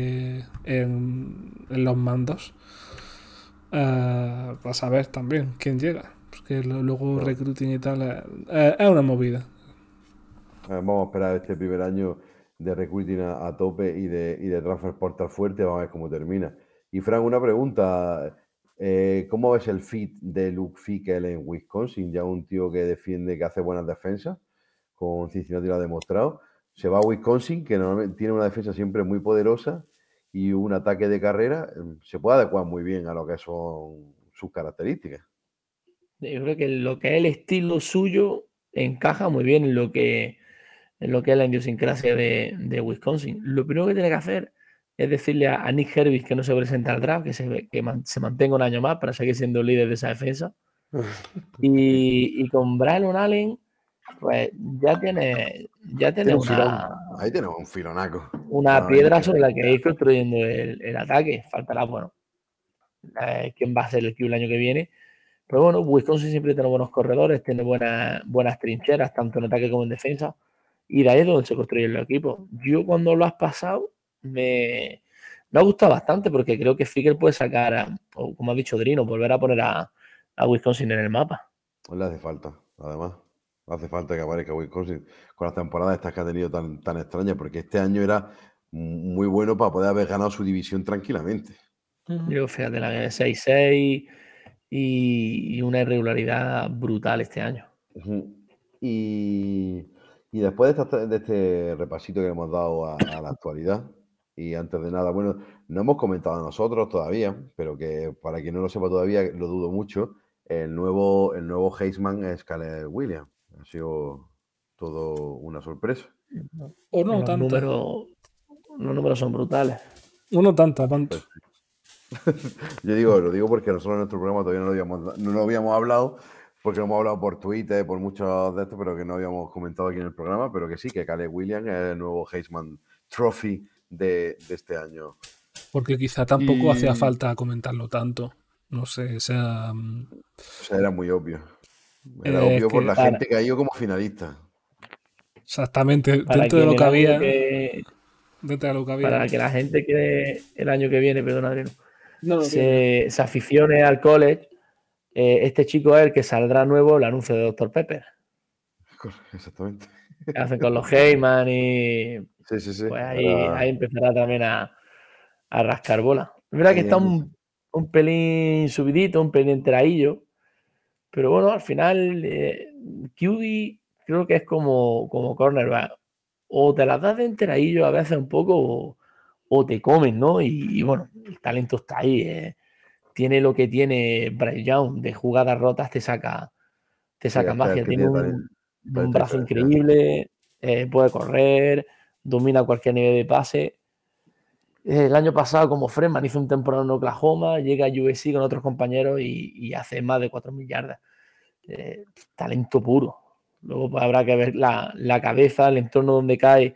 D: en los mandos, vas a ver también quién llega. Porque luego
C: Bueno,
D: recruiting y tal es una movida.
C: vamos a esperar este primer año de recruiting a tope y de transfer portal fuerte, vamos a ver cómo termina. Y Frank, una pregunta. ¿Cómo ves el fit de Luke Fickell en Wisconsin? Ya un tío que defiende, que hace buenas defensas, con Cincinnati lo ha demostrado. Se va a Wisconsin, que normalmente tiene una defensa siempre muy poderosa y un ataque de carrera. Se puede adecuar muy bien a lo que son sus características.
E: Yo creo que lo que es el estilo suyo encaja muy bien en lo que es la idiosincrasia de Wisconsin. Lo primero que tiene que hacer es decirle a Nick Herbig que no se presente al draft, se mantenga un año más para seguir siendo líder de esa defensa. Y con Braylon Allen, pues tiene
C: Un filón. Ahí tenemos un filonaco.
E: una
C: No hay más
E: piedra
C: que
E: sobre
C: decir.
E: la que ir construyendo el ataque. Faltará, bueno, quién va a ser el Q el año que viene. Pero bueno, Wisconsin siempre tiene buenos corredores, tiene buenas trincheras, tanto en ataque como en defensa. Y de ahí es donde se construyen los equipos. Yo cuando lo has pasado, me ha gustado bastante porque creo que Fickell puede sacar, o como ha dicho Drino, volver a poner a Wisconsin en el mapa.
C: Le hace falta, además. Hace falta que aparezca Wisconsin con las temporadas estas que ha tenido tan extrañas, porque este año era muy bueno para poder haber ganado su división tranquilamente.
E: Yo, fíjate, la de 6-6 y una irregularidad brutal este año.
C: Ujú. Y después de este repasito que hemos dado a la actualidad, y antes de nada, bueno, no hemos comentado nosotros todavía, pero que para quien no lo sepa todavía, lo dudo mucho, el nuevo Heisman es Caleb Williams. Ha sido todo una sorpresa.
D: O no
E: Los
D: tanta.
E: números son brutales.
D: Uno tanta, Pancho.
C: Lo digo porque nosotros en nuestro programa todavía no lo habíamos hablado, porque lo hemos hablado por Twitter, por muchos de estos, pero que no habíamos comentado aquí en el programa, pero que sí, que Caleb Williams es el nuevo Heisman Trophy de este año.
D: Porque quizá tampoco hacía
C: Y
D: falta comentarlo tanto. No sé, o sea.
C: o sea, era muy obvio. Era obvio por la gente que ha ido como finalista.
D: Exactamente,
E: Para
D: dentro de
E: quien
D: lo
E: el
D: que
E: año
D: había.
E: que
D: Dentro de lo que había.
E: para que la gente que el año que viene, perdón, Adriano,
D: No,
E: se aficione al college, este chico es el que saldrá nuevo el anuncio de Dr. Pepper.
C: Exactamente.
E: Que hacen con los Heyman y
C: Sí.
E: pues ahí empezará también a rascar bola. Es verdad que
C: Ahí
E: está
C: empieza.
E: un pelín subidito, un pelín enteradillo, pero bueno, al final QB creo que es como cornerback. O te las das de enteradillo a veces un poco o te comen, ¿no? Y bueno, el talento está ahí. Tiene lo que tiene Bryce Young, de jugadas rotas te saca
C: Sí, es que
E: magia. Tiene un
C: talento
E: brazo
C: diferencial.
E: increíble, puede correr, domina cualquier nivel de pase. El año pasado, como Freeman, hizo un temporada en Oklahoma, llega a USC con otros compañeros y hace más de 4.000 yardas. Talento puro. Luego pues, habrá que ver la cabeza, el entorno donde cae,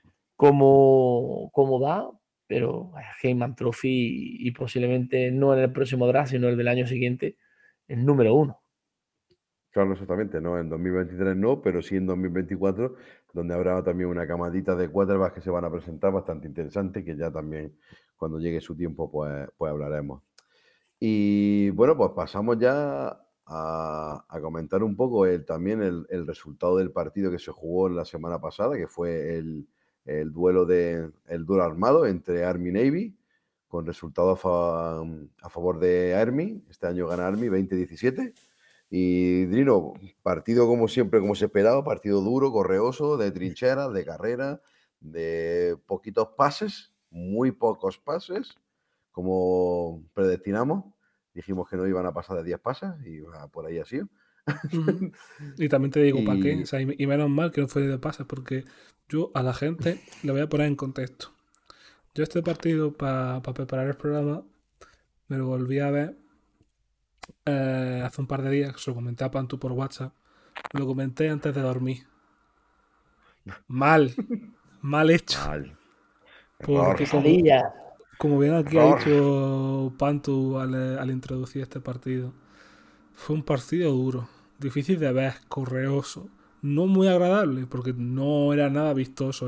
E: cómo va, pero Heisman Trophy y posiblemente no en el próximo draft, sino el del año siguiente, el número 1.
C: Claro, exactamente, no en 2023 no, pero sí en 2024, donde habrá también una camadita de quarterbacks que se van a presentar bastante interesante, que ya también cuando llegue su tiempo pues hablaremos. Y bueno, pues pasamos ya a comentar un poco también el resultado del partido que se jugó la semana pasada, que fue el duelo armado entre Army y Navy, con resultado a favor de Army. Este año gana Army 20-17. Y Drino, partido como siempre, como se esperaba, partido duro, correoso, de trincheras, de carrera, de poquitos pases, muy pocos pases, como predestinamos. Dijimos que no iban a pasar de 10 pases y por ahí ha sido.
D: Y también te digo, ¿para qué?
C: Y
D: O sea, y menos mal que no fue de pases, porque yo a la gente le voy a poner en contexto. Yo este partido, para preparar el programa, me lo volví a ver hace un par de días, se lo comenté a Pantu por WhatsApp. Me lo comenté antes de dormir. Mal hecho.
C: mal.
D: Porque
E: Pesadilla.
D: como bien aquí ha dicho Pantu al introducir este partido, fue un partido duro, difícil de ver, correoso, no muy agradable, porque no era nada vistoso,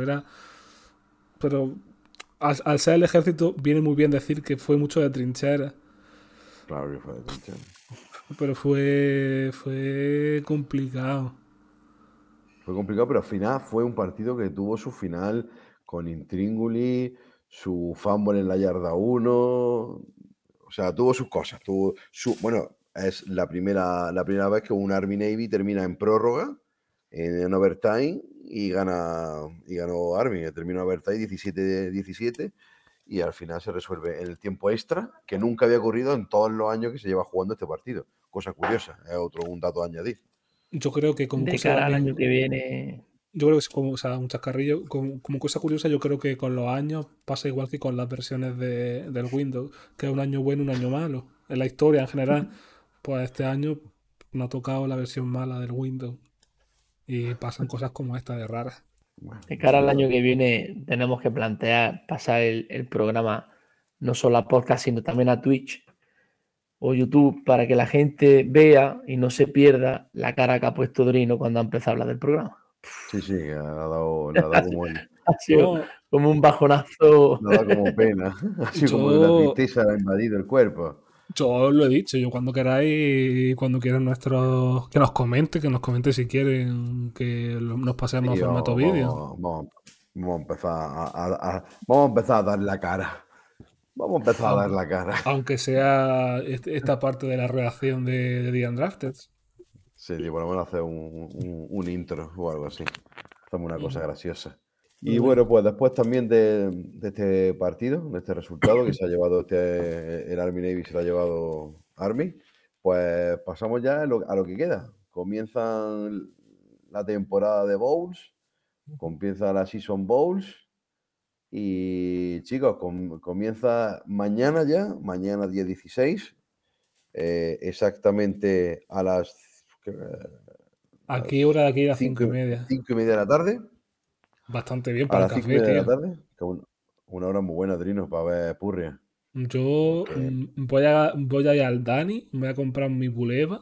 D: pero al ser el ejército viene muy bien decir que fue mucho de trinchera.
C: Claro que fue de trinchera.
D: Pero fue complicado.
C: Fue complicado, pero al final fue un partido que tuvo su final con Intríngulis, su fumble en la yarda 1. O sea, tuvo sus cosas. Bueno, es la primera vez que un Army Navy termina en prórroga, en overtime, y ganó Army. Terminó en overtime 17-17 y al final se resuelve en el tiempo extra, que nunca había ocurrido en todos los años que se lleva jugando este partido. Cosa curiosa, es un dato a añadir.
D: Yo creo que como
E: De
D: cosa
E: cara al
D: también,
E: año que viene.
D: yo creo que es como, o sea, un chascarrillo, como cosa curiosa, yo creo que con los años pasa igual que con las versiones del Windows, que es un año bueno, un año malo. En la historia en general, pues este año no ha tocado la versión mala del Windows. Y pasan cosas como esta de raras.
C: Bueno,
E: De cara al año que viene tenemos que plantear pasar el programa no solo a podcast, sino también a Twitch o YouTube para que la gente vea y no se pierda la cara que ha puesto Drino cuando ha empezado a hablar del programa.
C: sí, le ha dado como
E: Ha sido
D: No,
E: como un bajonazo.
C: le ha dado como pena. Así como la
D: yo,
C: tristeza ha invadido el cuerpo.
D: yo os lo he dicho, yo cuando queráis, cuando quieran que nos comente si quieren que nos pasemos
C: Sí,
D: a formato vídeo.
C: vamos a empezar vamos a empezar a dar la cara. Vamos a empezar a dar la cara.
D: Aunque sea esta parte de la redacción de The Undrafted.
C: Sí, por lo menos hacer un intro o algo así. Hacemos una cosa graciosa. Y bueno, pues después también de este partido, de este resultado que se ha llevado el Army Navy, se lo ha llevado Army, pues pasamos ya a lo que queda. Comienzan la temporada de Bowls, comienza la Season Bowls y chicos, comienza mañana ya, mañana día 16, exactamente a las
D: Aquí hora de aquí a las
C: 5:30
D: 5:30.
C: de la tarde.
D: Bastante bien
C: A
D: para el
C: las
D: café,
C: 5:30 de la
D: tío.
C: tarde, que una hora muy buena, Drino, para ver Purria.
D: Yo
C: Porque
D: voy a ir al Dani, me voy a comprar mi buleva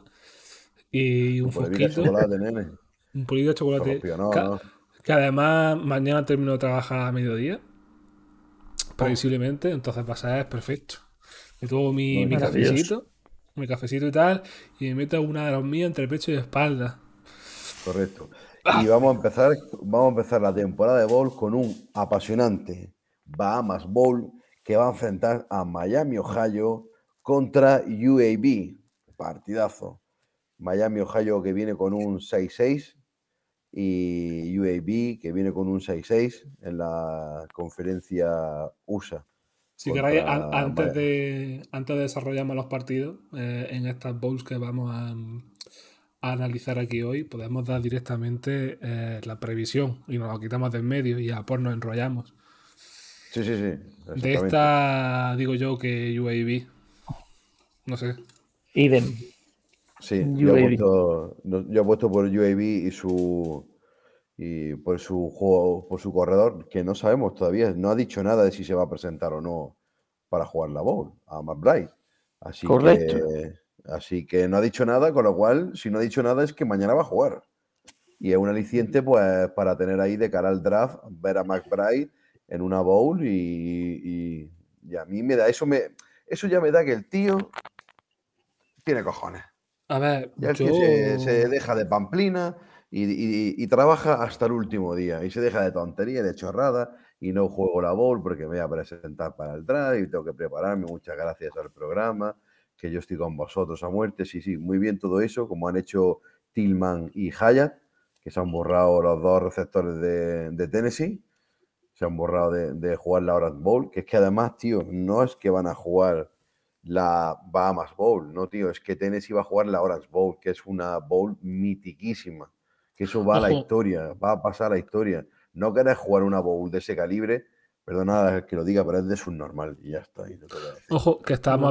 D: y un
C: tu polevica de
D: fosquito,
C: chocolate, nene.
D: un polito de chocolate.
C: Corrompido, no,
D: Que,
C: no.
D: que además mañana termino de trabajar a mediodía,
C: Oh.
D: previsiblemente, entonces va a ser perfecto. Me tomo mi
E: Maravilloso.
D: cafecito y tal, y me meto una de las mías entre pecho y espalda.
C: Correcto. Y vamos a empezar la temporada de Bowl con un apasionante Bahamas Bowl que va a enfrentar a Miami, Ohio contra UAB. Partidazo. Miami, Ohio que viene con un 6-6 y UAB, que viene con un 6-6 en la conferencia USA.
D: Si queréis, antes de desarrollar más los partidos, en estas bowls que vamos a analizar aquí hoy, podemos dar directamente la previsión y nos lo quitamos de en medio y a por nos enrollamos.
C: Sí.
D: De esta digo yo que UAB. No sé.
E: Idem.
C: Sí, yo he puesto por UAB y por su juego, por su corredor, que no sabemos todavía, no ha dicho nada de si se va a presentar o no para jugar la bowl a McBride. Así que no ha dicho nada, con lo cual, si no ha dicho nada es que mañana va a jugar. Y es un aliciente, pues, para tener ahí de cara al draft, ver a McBride en una bowl y a mí me da eso ya me da que el tío tiene cojones.
D: A ver,
C: ya el tío se deja de pamplina y trabaja hasta el último día y se deja de tontería, de chorrada y no juego la bowl porque me voy a presentar para el draft y tengo que prepararme. Muchas gracias al programa, que yo estoy con vosotros a muerte. Sí, muy bien todo eso, como han hecho Tillman y Hyatt, que se han borrado los dos receptores de Tennessee. Se han borrado de jugar la Orange Bowl, que es que además, tío, no es que van a jugar la Bahamas Bowl, no, tío, es que Tennessee va a jugar la Orange Bowl, que es una bowl mitiquísima, que eso va a la historia, va a pasar a la historia. No querés jugar una bowl de ese calibre, perdona que lo diga, pero es de subnormal y ya está.
D: Ojo, que estábamos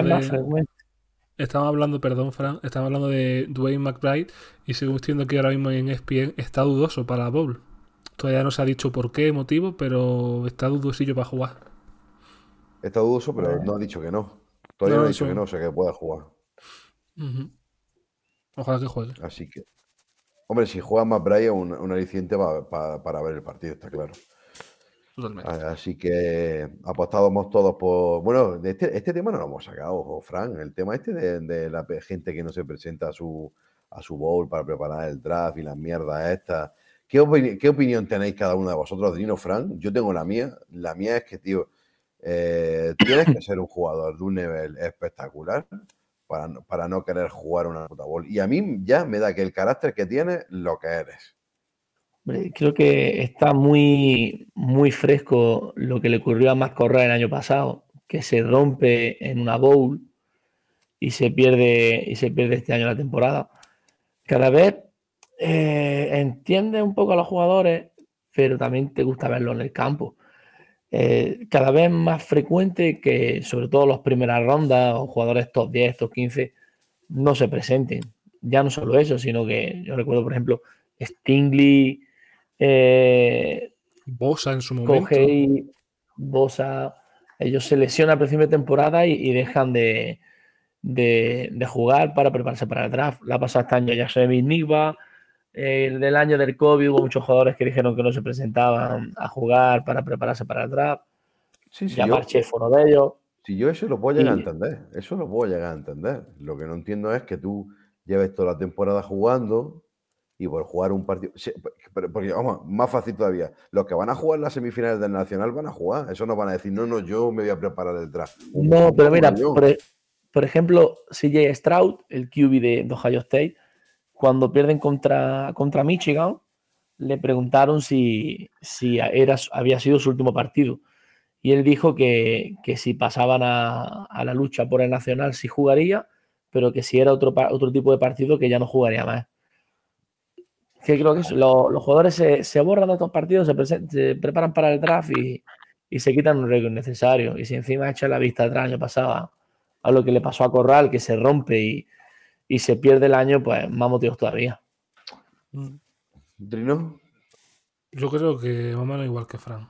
D: hablando perdón, Fran, estamos hablando de Dwayne McBride y según estoy viendo que ahora mismo en ESPN está dudoso para la bowl. Todavía no se ha dicho por qué motivo, pero está dudosillo para jugar.
C: Está dudoso, pero no ha dicho que no. Todavía no ha dicho que no, o sea que pueda jugar.
D: Uh-huh. Ojalá que juegue.
C: Así que, hombre, si juega McBride, un aliciente para ver el partido, está claro.
D: Totalmente.
C: Así que apostábamos todos por... Bueno, este tema no lo hemos sacado, Fran. El tema de la gente que no se presenta a su bowl para preparar el draft y las mierdas estas. ¿Qué opinión tenéis cada uno de vosotros, Dino, Fran? Yo tengo la mía. La mía es que, tío, tienes que ser un jugador de un nivel espectacular para no querer jugar una puta bowl. Y a mí ya me da que el carácter que tienes, lo que eres.
E: Creo que está muy, muy fresco lo que le ocurrió a Matt Corral el año pasado, que se rompe en una bowl y se pierde este año la temporada. Cada vez entiendes un poco a los jugadores, pero también te gusta verlo en el campo. Cada vez más frecuente que, sobre todo los primeras rondas o jugadores top 10, top 15, no se presenten. Ya no solo eso, sino que yo recuerdo, por ejemplo, Stingley,
D: Bosa en su momento.
E: Kohei, Bosa, ellos se lesionan al principio de temporada y dejan de jugar para prepararse para el draft. La pasada este año ya se Nigba. Del año del COVID hubo muchos jugadores que dijeron que no se presentaban a jugar para prepararse para el draft. Ya Marche fue uno de ellos.
C: Si yo eso lo puedo llegar a entender. Eso lo puedo llegar a entender. Lo que no entiendo es que tú lleves toda la temporada jugando y por jugar un partido... Porque, vamos, más fácil todavía. Los que van a jugar las semifinales del Nacional van a jugar. Eso no van a decir, no, yo me voy a preparar el draft.
E: No, pero mira, por ejemplo, CJ Stroud, el QB de Ohio State, cuando pierden contra Michigan, le preguntaron si había sido su último partido. Y él dijo que si pasaban a la lucha por el Nacional sí jugaría, pero que si era otro tipo de partido que ya no jugaría más. Que creo que los jugadores se borran de estos partidos, se preparan para el draft y se quitan un riesgo innecesario. Y si encima echan la vista atrás el año pasado a lo que le pasó a Corral, que se rompe y se pierde el año, pues más motivos todavía.
C: ¿Drino?
D: Yo creo que más o menos igual que Fran.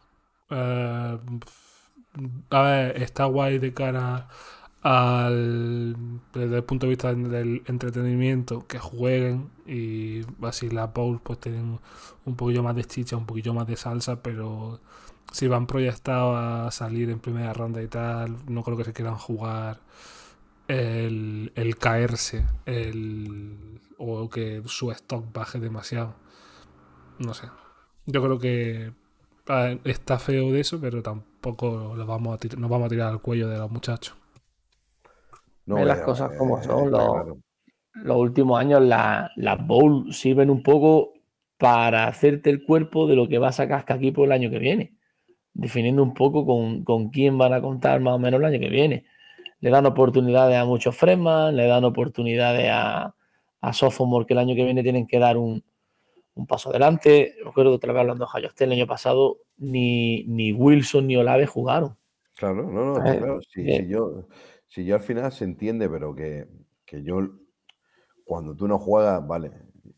D: A ver, está guay de cara desde el punto de vista del entretenimiento, que jueguen y así las bowls pues tienen un poquillo más de chicha, un poquillo más de salsa, pero si van proyectados a salir en primera ronda y tal, no creo que se quieran jugar el caerse o que su stock baje demasiado. No sé. Yo creo que está feo de eso, pero tampoco nos vamos a tirar al cuello de los muchachos.
E: No, las cosas como son. Los últimos años las bowl sirven un poco para hacerte el cuerpo de lo que va a sacar aquí por el año que viene, definiendo un poco con quién van a contar más o menos el año que viene. Le dan oportunidades a muchos freshman, le dan oportunidades a sophomore que el año que viene tienen que dar un paso adelante. Recuerdo otra vez hablando de Ohio State el año pasado, ni Wilson ni Olave jugaron.
C: Claro, no, está claro. Si yo al final se entiende, pero que yo, cuando tú no juegas, vale.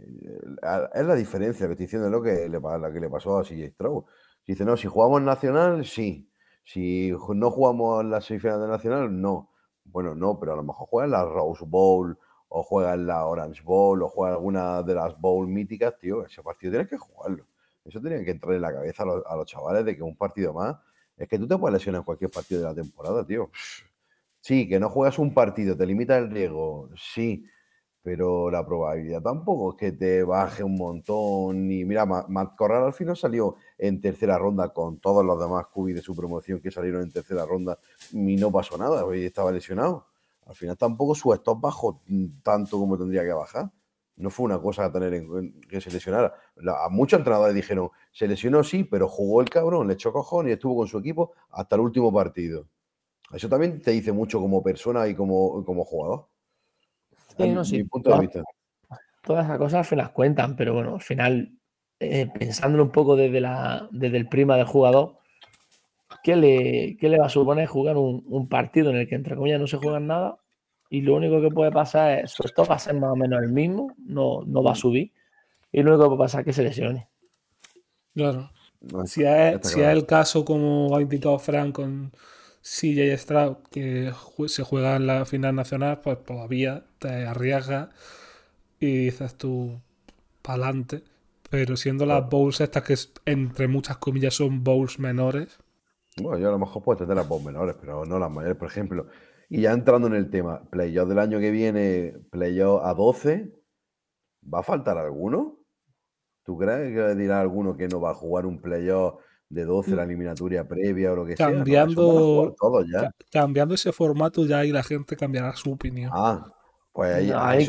C: Es la diferencia que estoy diciendo, lo que le pasó a CJ Stroud. Dice, no, si jugamos nacional, sí. Si no jugamos la semifinal de nacional, no. Bueno, no, pero a lo mejor juegas la Rose Bowl, o juegas la Orange Bowl, o juegas alguna de las Bowl míticas, tío. Ese partido tienes que jugarlo. Eso tiene que entrar en la cabeza a los chavales de que un partido más. Es que tú te puedes lesionar en cualquier partido de la temporada, tío. Sí, que no juegas un partido, te limita el riesgo, sí, pero la probabilidad tampoco es que te baje un montón. Y mira, Matt Corral al final salió en tercera ronda con todos los demás QB de su promoción que salieron en tercera ronda y no pasó nada, y estaba lesionado. Al final tampoco su stop bajó tanto como tendría que bajar. No fue una cosa a tener que se lesionara. A muchos entrenadores dijeron, se lesionó sí, pero jugó el cabrón, le echó cojones y estuvo con su equipo hasta el último partido. Eso también te dice mucho como persona y como jugador.
E: Sí, no, sí.
C: Mi punto de vista.
E: Todas esas cosas al final cuentan, pero bueno, al final, pensándolo un poco desde el prima del jugador, ¿qué le va a suponer jugar un partido en el que entre comillas no se juega nada? Y lo único que puede pasar es, su stop va a ser más o menos el mismo, no va a subir, y lo único que puede pasar es que se lesione.
D: Claro.
C: No,
D: Si es el caso, como ha indicado Frank con CJ Stroud, que se juega en la final nacional, pues todavía te arriesgas y dices tú pa'lante. Pero siendo las bowls estas que entre muchas comillas son bowls menores.
C: Bueno, yo a lo mejor puedo tener las bowls menores, pero no las mayores, por ejemplo. Y ya entrando en el tema, playoff del año que viene, playoff a 12, ¿va a faltar alguno? ¿Tú crees que dirá alguno que no va a jugar un playoff de 12, la eliminatoria previa o lo que sea? No, eso van a jugar todos ya.
D: Cambiando ese formato ya y la gente cambiará su opinión.
C: Pues
E: ahí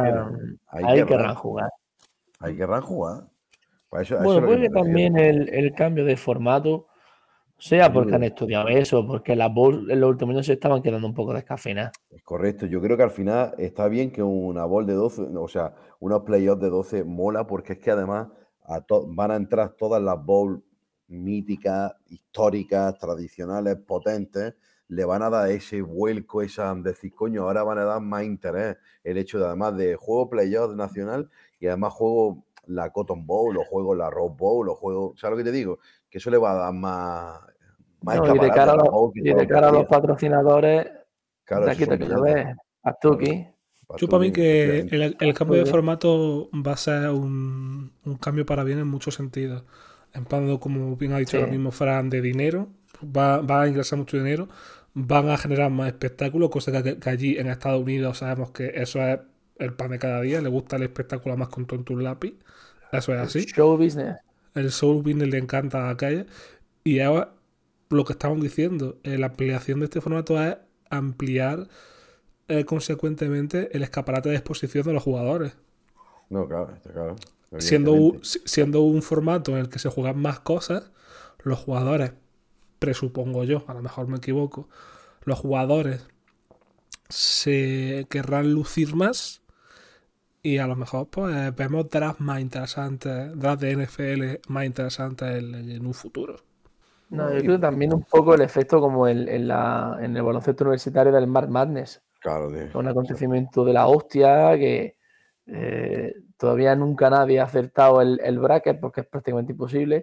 E: querrán jugar.
C: Ahí querrán jugar. Pues
E: bueno, puede que también el cambio de formato sea porque han estudiado eso, porque las bowls en los últimos años se estaban quedando un poco descafeinadas.
C: Es correcto, yo creo que al final está bien que una bowl de 12, o sea, unos playoffs de 12 mola, porque es que además van a entrar todas las bowls míticas, históricas, tradicionales, potentes, le van a dar ese vuelco, decir, coño, ahora van a dar más interés el hecho de además de juego playoff nacional y además juego la Cotton Bowl o juego la Rose Bowl o juego, ¿sabes lo que te digo? Que eso le va a dar más
E: y de cara a los patrocinadores,
C: claro,
E: de aquí te lo ves, Astuki.
D: Yo para mí que el cambio de formato va a ser un cambio para bien en muchos sentidos. En plan, como bien ha dicho ahora mismo Fran, de dinero, va a ingresar mucho dinero, van a generar más espectáculos, cosa que allí en Estados Unidos sabemos que eso es el pan de cada día, le gusta el espectáculo más con tonto un lápiz, eso es así.
E: Show business.
D: El show business le encanta a la calle y ahora lo que estamos diciendo, la ampliación de este formato es ampliar consecuentemente el escaparate de exposición de los jugadores.
C: No, claro, está claro.
D: Siendo un formato en el que se juegan más cosas, los jugadores, presupongo yo, a lo mejor me equivoco, los jugadores se querrán lucir más y a lo mejor pues vemos drafts más interesantes, drafts de NFL más interesantes en un futuro.
E: No, yo creo también un poco el efecto como en el baloncesto universitario del March Madness.
C: Claro, tío.
E: Un acontecimiento de la hostia que todavía nunca nadie ha acertado el bracket porque es prácticamente imposible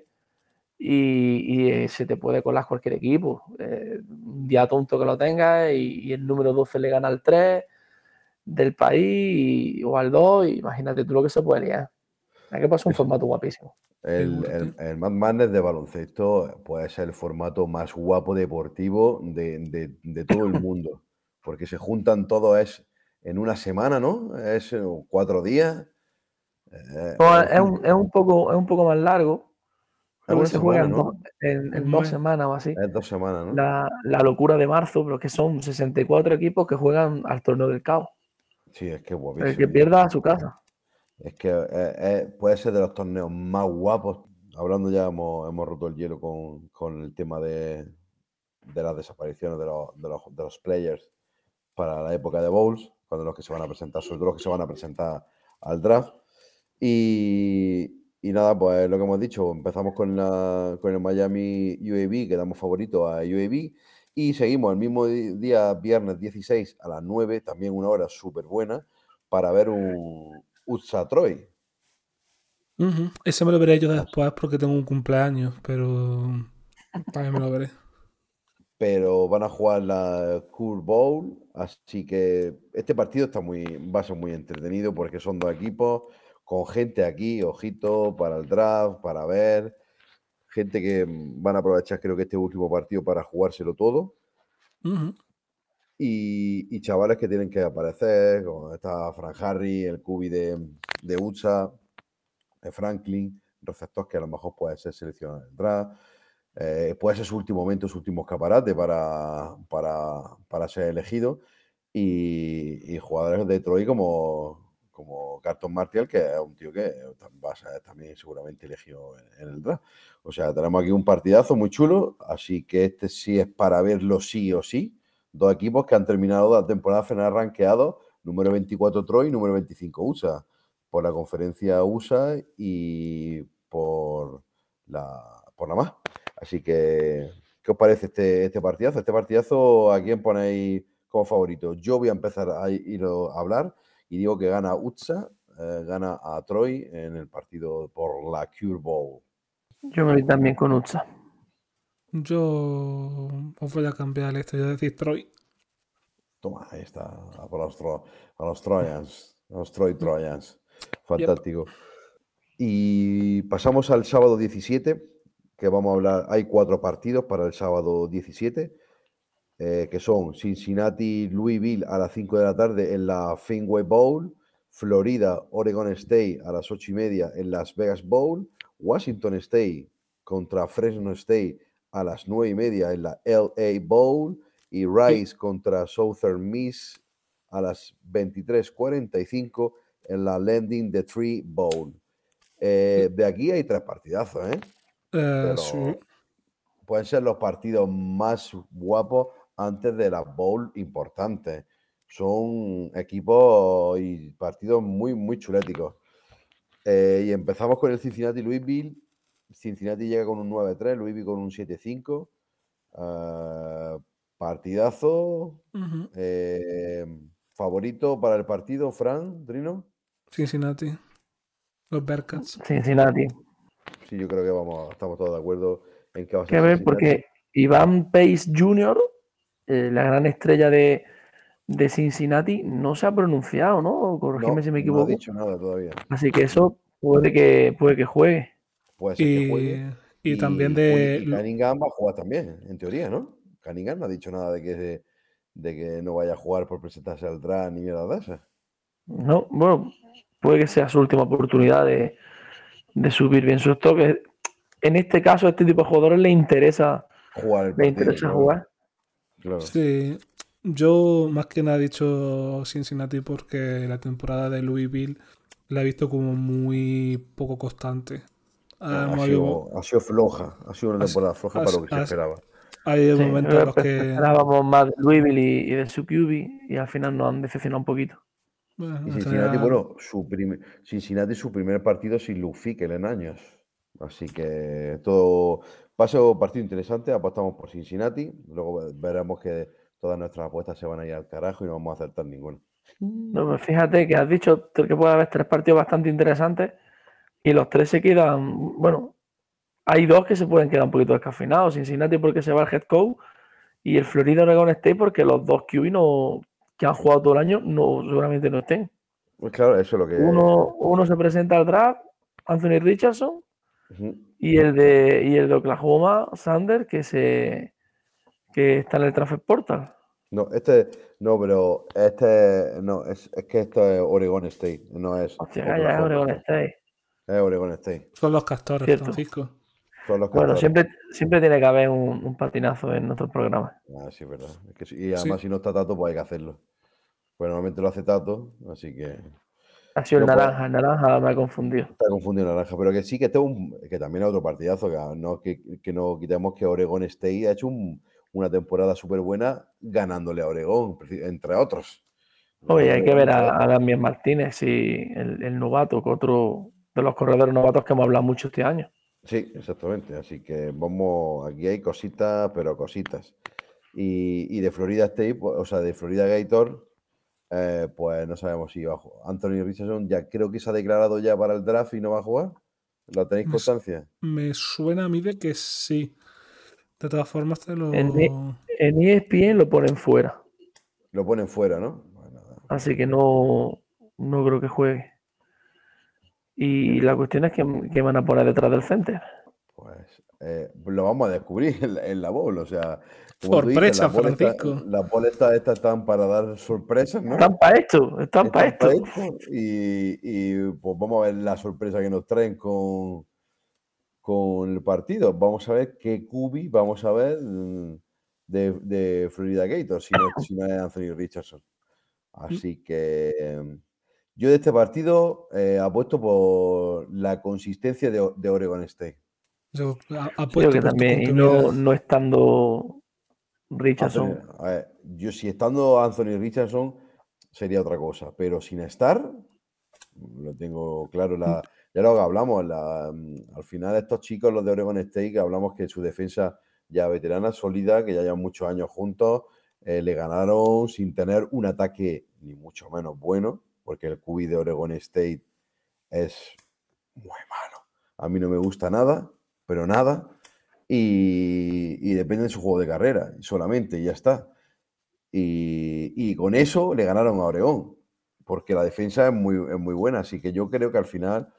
E: y se te puede colar cualquier equipo. Un día tonto que lo tengas y el número 12 le gana al 3 del país o al 2, imagínate tú lo que se puede liar. Hay que pasar un formato guapísimo.
C: El March Madness de baloncesto puede ser el formato más guapo deportivo de todo el mundo, porque se juntan todos en una semana, ¿no? Es 4 días.
E: Es un poco más largo. Creo que se juega en 2 semanas o así.
C: Es 2 semanas, ¿no?
E: La locura de marzo, pero que son 64 equipos que juegan al torneo del caos.
C: Sí, es que guapísimo.
E: El que pierda a su casa.
C: Es que puede ser de los torneos más guapos. Hablando ya, hemos roto el hielo con el tema de las desapariciones de los players para la época de Bowls, cuando los que se van a presentar, sobre todo los que se van a presentar al draft. Y nada, pues lo que hemos dicho, empezamos con el Miami UAB, que damos favorito a UAB, y seguimos el mismo día, viernes 16 a las 9, también una hora súper buena, para ver un USA Troy.
D: Ese me lo veré yo después porque tengo un cumpleaños, pero también me lo veré.
C: Pero van a jugar la Cool Bowl, así que este partido va a ser muy entretenido porque son dos equipos con gente aquí, ojito, para el draft, para ver, gente que van a aprovechar creo que este último partido para jugárselo todo. Y chavales que tienen que aparecer, como está Frank Harry, el cubi de USA, Franklin, receptores que a lo mejor puede ser seleccionado en el draft. Puede ser su último momento, su último escaparate para ser elegido. Y jugadores de Detroit como Carlton Martial, que es un tío que va a ser también seguramente elegido en el draft. O sea, tenemos aquí un partidazo muy chulo, así que este sí es para verlo sí o sí. Dos equipos que han terminado la temporada final rankeados, número 24 Troy y número 25 USA, por la conferencia USA y por la más. Así que, ¿qué os parece este partidazo? Este partidazo, ¿a quién ponéis como favorito? Yo voy a empezar a hablar y digo que gana USA, gana a Troy en el partido por la Cure Bowl.
E: Yo me voy también con USA.
D: Yo os voy a cambiar esto, yo voy a decir Troy.
C: Toma, ahí está, a los Trojans, a los Troy Trojans. Fantástico. Yep. Y pasamos al sábado 17, que vamos a hablar, hay 4 partidos para el sábado 17, que son Cincinnati-Louisville a las 5 de la tarde en la Fenway Bowl, Florida-Oregon State a las 8:30 en Las Vegas Bowl, Washington State contra Fresno State a las 9:30 en la LA Bowl y Rice contra Southern Miss a las 23:45 en la Landing the Tree Bowl. De aquí hay 3 partidazos, pero
D: sí.
C: Pueden ser los partidos más guapos antes de las bowl importantes. Son equipos y partidos muy, muy chuléticos. Y empezamos con el Cincinnati-Louisville. Cincinnati llega con un 9-3, Louisville con un 7-5. Partidazo. ¿Favorito para el partido, Fran, Drino?
D: Cincinnati. Los Bearcats.
E: Cincinnati.
C: Sí, yo creo que estamos todos de acuerdo en que va a ser.
E: Que ver, porque Ivan Pace Jr., la gran estrella de Cincinnati, no se ha pronunciado, ¿no? Corrígeme si me equivoco.
C: No ha dicho nada todavía.
E: Así que eso puede que juegue.
C: Puede ser que juegue.
D: Y también de...
C: Y Cunningham va a jugar también, en teoría, ¿no? Cunningham no ha dicho nada de que no vaya a jugar por presentarse al draft ni mierda de esas.
E: No, bueno, puede que sea su última oportunidad de subir bien sus toques. En este caso, a este tipo de jugadores le interesa
C: jugar.
E: Jugar.
C: Claro.
D: Sí, yo más que nada he dicho Cincinnati porque la temporada de Louisville la he visto como muy poco constante.
C: Ha sido floja, ha sido una temporada floja para lo que se esperaba.
D: Hay momentos en los que
E: esperábamos más de Louisville y de su QB y al final nos han decepcionado un poquito.
C: Y Cincinnati, bueno, Cincinnati su primer partido sin Luke Fickell en años. Así que todo va a ser un partido interesante. Apostamos por Cincinnati. Luego veremos que todas nuestras apuestas se van a ir al carajo y no vamos a acertar ninguna.
E: No, pues fíjate que has dicho que puede haber 3 partidos bastante interesantes y los 3 se quedan. Bueno, hay 2 que se pueden quedar un poquito descafeinados. Cincinnati porque se va el head coach y el Florida Oregon State porque los 2 QB que han jugado todo el año seguramente no estén.
C: Pues claro, eso es lo que...
E: Uno se presenta al draft, Anthony Richardson, y el de Oklahoma, Sanders, que está en el transfer portal.
C: No, es que esto es Oregon State, no es...
E: Hostia, ya es Oregon State.
C: Es Oregon State.
D: Son los castores, ¿cierto? Francisco.
E: Bueno, siempre tiene que haber un patinazo en nuestros programas.
C: Sí, es verdad. Y además si no está Tato, pues hay que hacerlo. Pues normalmente lo hace Tato, así que...
E: Ha sido el
C: No,
E: naranja, el naranja me ha confundido.
C: Está confundido naranja, pero que sí que que también es otro partidazo, que no quitemos que Oregon State ha hecho una temporada súper buena ganándole a Oregon, entre otros.
E: Oye, hay que ver
C: Ganándole
E: a Damián Martínez, y el novato, que otro de los corredores novatos que hemos hablado mucho este año.
C: Sí, exactamente. Así que aquí hay cositas, pero cositas. Y de Florida State, pues, o sea, de Florida Gator, pues no sabemos si va a jugar. Anthony Richardson ya creo que se ha declarado ya para el draft y no va a jugar. ¿Lo tenéis constancia?
D: Me suena a mí de que sí. De todas formas,
E: En ESPN lo ponen fuera,
C: Lo ponen fuera, ¿no? Bueno,
E: así que no creo que juegue. Y la cuestión es que van a poner detrás del center.
C: pues lo vamos a descubrir en la bowl. O sea, como tú dices,
D: sorpresa, Francisco.
C: las bolas estas están para dar sorpresas, ¿no?
E: Están para esto, están para esto.
C: Y pues vamos a ver la sorpresa que nos traen con el partido. Vamos a ver qué QB vamos a ver de Florida Gators, si no es Anthony Richardson. Así que yo de este partido apuesto por la consistencia de Oregon State.
D: Yo
E: Creo
D: apuesto
E: que
D: por tu
E: también, y
D: continuidad.
E: no estando Richardson.
C: A ver, yo si estando Anthony Richardson sería otra cosa, pero sin estar, lo tengo claro. Ya lo que hablamos, al final estos chicos, los de Oregon State, que hablamos que su defensa ya veterana, sólida, que ya llevan muchos años juntos, le ganaron sin tener un ataque ni mucho menos bueno, porque el QB de Oregon State es muy malo. A mí no me gusta nada, pero nada. Y depende de su juego de carrera, solamente, y ya está. Y con eso le ganaron a Oregón, porque la defensa es muy buena. Así que yo creo que al final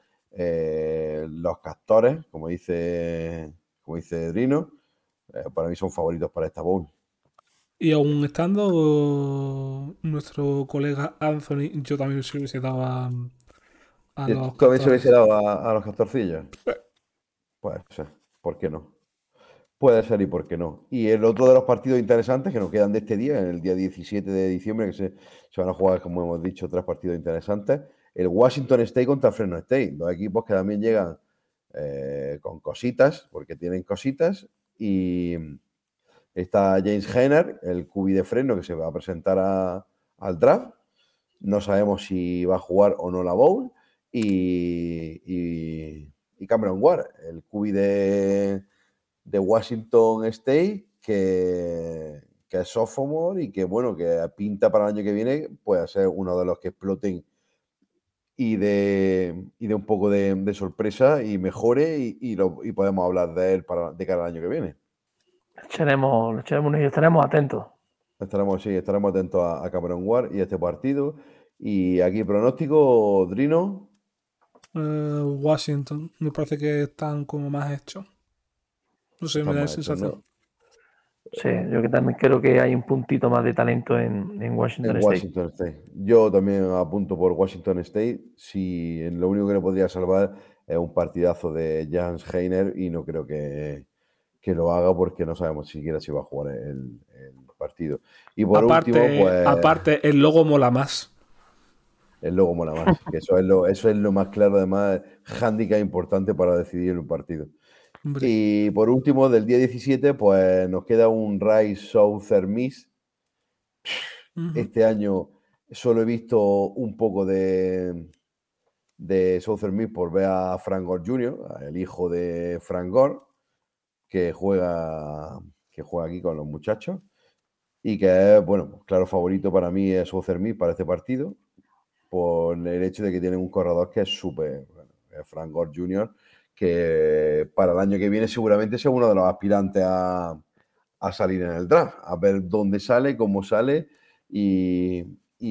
C: los Castores, como dice Drino, para mí son favoritos para esta bowl.
D: Y aún estando nuestro colega Anthony, yo también se hubiese dado a los
C: ¿Tú también se hubiese
D: Castores.
C: dado a los Castorcillos? Pues, ¿por qué no? Puede ser y por qué no. Y el otro de los partidos interesantes que nos quedan de este día, en el día 17 de diciembre, que se van a jugar, como hemos dicho, 3 partidos interesantes. El Washington State contra Fresno State. Dos equipos que también llegan con cositas, porque tienen cositas. Y está James Heiner, el QB de Fresno, que se va a presentar al draft. No sabemos si va a jugar o no la bowl. Y Cameron Ward, el QB de Washington State, que es sophomore y que, bueno, que pinta para el año que viene puede ser uno de los que exploten y de un poco de sorpresa y mejore y podemos hablar de él de cara al año que viene.
E: Echaremos y estaremos atentos.
C: Estaremos atentos a Cameron Ward y a este partido. Y aquí pronóstico, Drino.
D: Washington, me parece que están como más hechos. No sé, me da la sensación.
C: ¿No?
E: Sí, yo que también creo que hay un puntito más de talento en Washington State.
C: Yo también apunto por Washington State. Si lo único que le podría salvar es un partidazo de James Heiner y no creo que lo haga porque no sabemos siquiera si va a jugar el partido. Y por último, pues...
D: Aparte, el logo mola más.
C: El logo mola más. Que eso es lo más claro, además, handicap importante para decidir un partido.
D: Hombre.
C: Y por último, del día 17, pues nos queda un Rice Southern Miss. Este año solo he visto un poco de Southern Miss por ver a Frank Gore Jr., el hijo de Frank Gore, que juega aquí con los muchachos. Y que es, bueno, claro, favorito para mí es Southern Miss para este partido, por el hecho de que tiene un corredor que es súper, bueno, Frank Gore Jr., que para el año que viene seguramente sea uno de los aspirantes a salir en el draft, a ver dónde sale, cómo sale y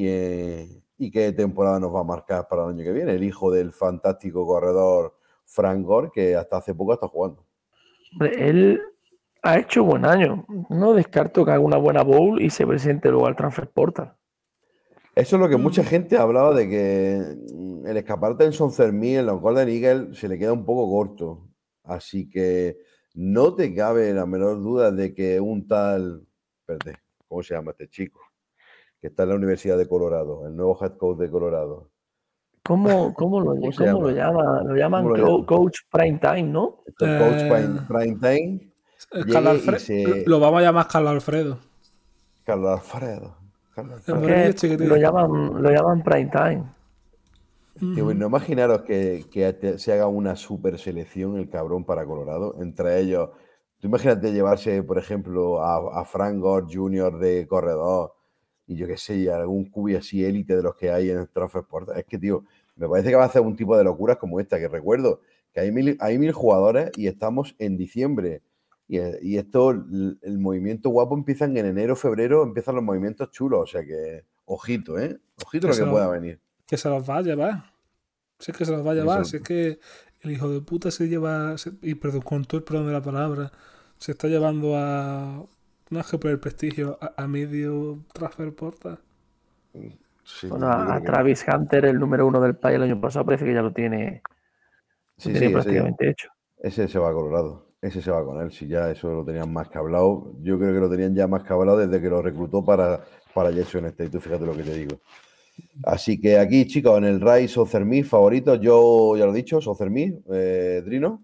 C: qué temporada nos va a marcar para el año que viene. El hijo del fantástico corredor Frank Gore, que hasta hace poco está jugando.
E: Él ha hecho buen año. No descarto que haga una buena bowl y se presente luego al transfer portal.
C: Eso es lo que mucha gente hablaba de que el escaparate en Son Fermín, en los Golden Eagles, se le queda un poco corto. Así que no te cabe la menor duda de que un tal... Espérate, ¿cómo se llama este chico? Que está en la Universidad de Colorado, el nuevo head coach de Colorado. ¿Cómo se llama?
E: lo llama? Lo llaman
C: ¿Cómo lo llaman?
E: Coach Prime Time, ¿no?
C: Esto es Coach Prime Time.
D: Lo vamos a llamar Carlos Alfredo.
C: Carlos Alfredo.
D: El morenillo chiquitín.
E: Lo llaman Prime Time.
C: Tío, pues no imaginaros que se haga una super selección el cabrón para Colorado. Entre ellos, tú imagínate llevarse, por ejemplo, a Frank Gore Jr. de corredor y yo qué sé, y algún cubi así élite de los que hay en el Transfer Portal. Es que, tío, me parece que va a hacer un tipo de locuras como esta, que recuerdo que hay 1000 jugadores y estamos en diciembre. Y esto, el movimiento guapo empiezan en enero, febrero, empiezan los movimientos chulos. O sea que, ojito, ¿eh? Ojito lo que pueda venir.
D: Que se los va a llevar. Si es que se los va a llevar. Si es que el hijo de puta se lleva. Y perdón, con todo el perdón de la palabra, se está llevando a. No es que por el prestigio, a medio Transfer Portal.
C: Sí,
E: bueno, a Travis Hunter, el número 1 del país el año pasado, parece que ya lo tiene, prácticamente hecho.
C: Ese se va a Colorado. Ese se va con él. Si ya eso lo tenían más que hablado. Yo creo que lo tenían ya más que hablado desde que lo reclutó para Jackson State. Tú fíjate lo que te digo. Así que aquí, chicos, en el Rise Southern Miss favorito, yo ya lo he dicho, Southern Miss, Drino.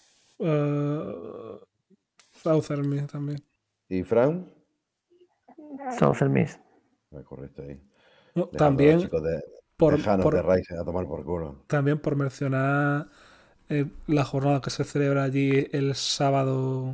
D: Southern Miss también.
C: ¿Y Fran?
E: Southern Miss.
C: Correcto ahí.
D: No, también
C: de Rise a tomar por culo.
D: También por mencionar la jornada que se celebra allí el sábado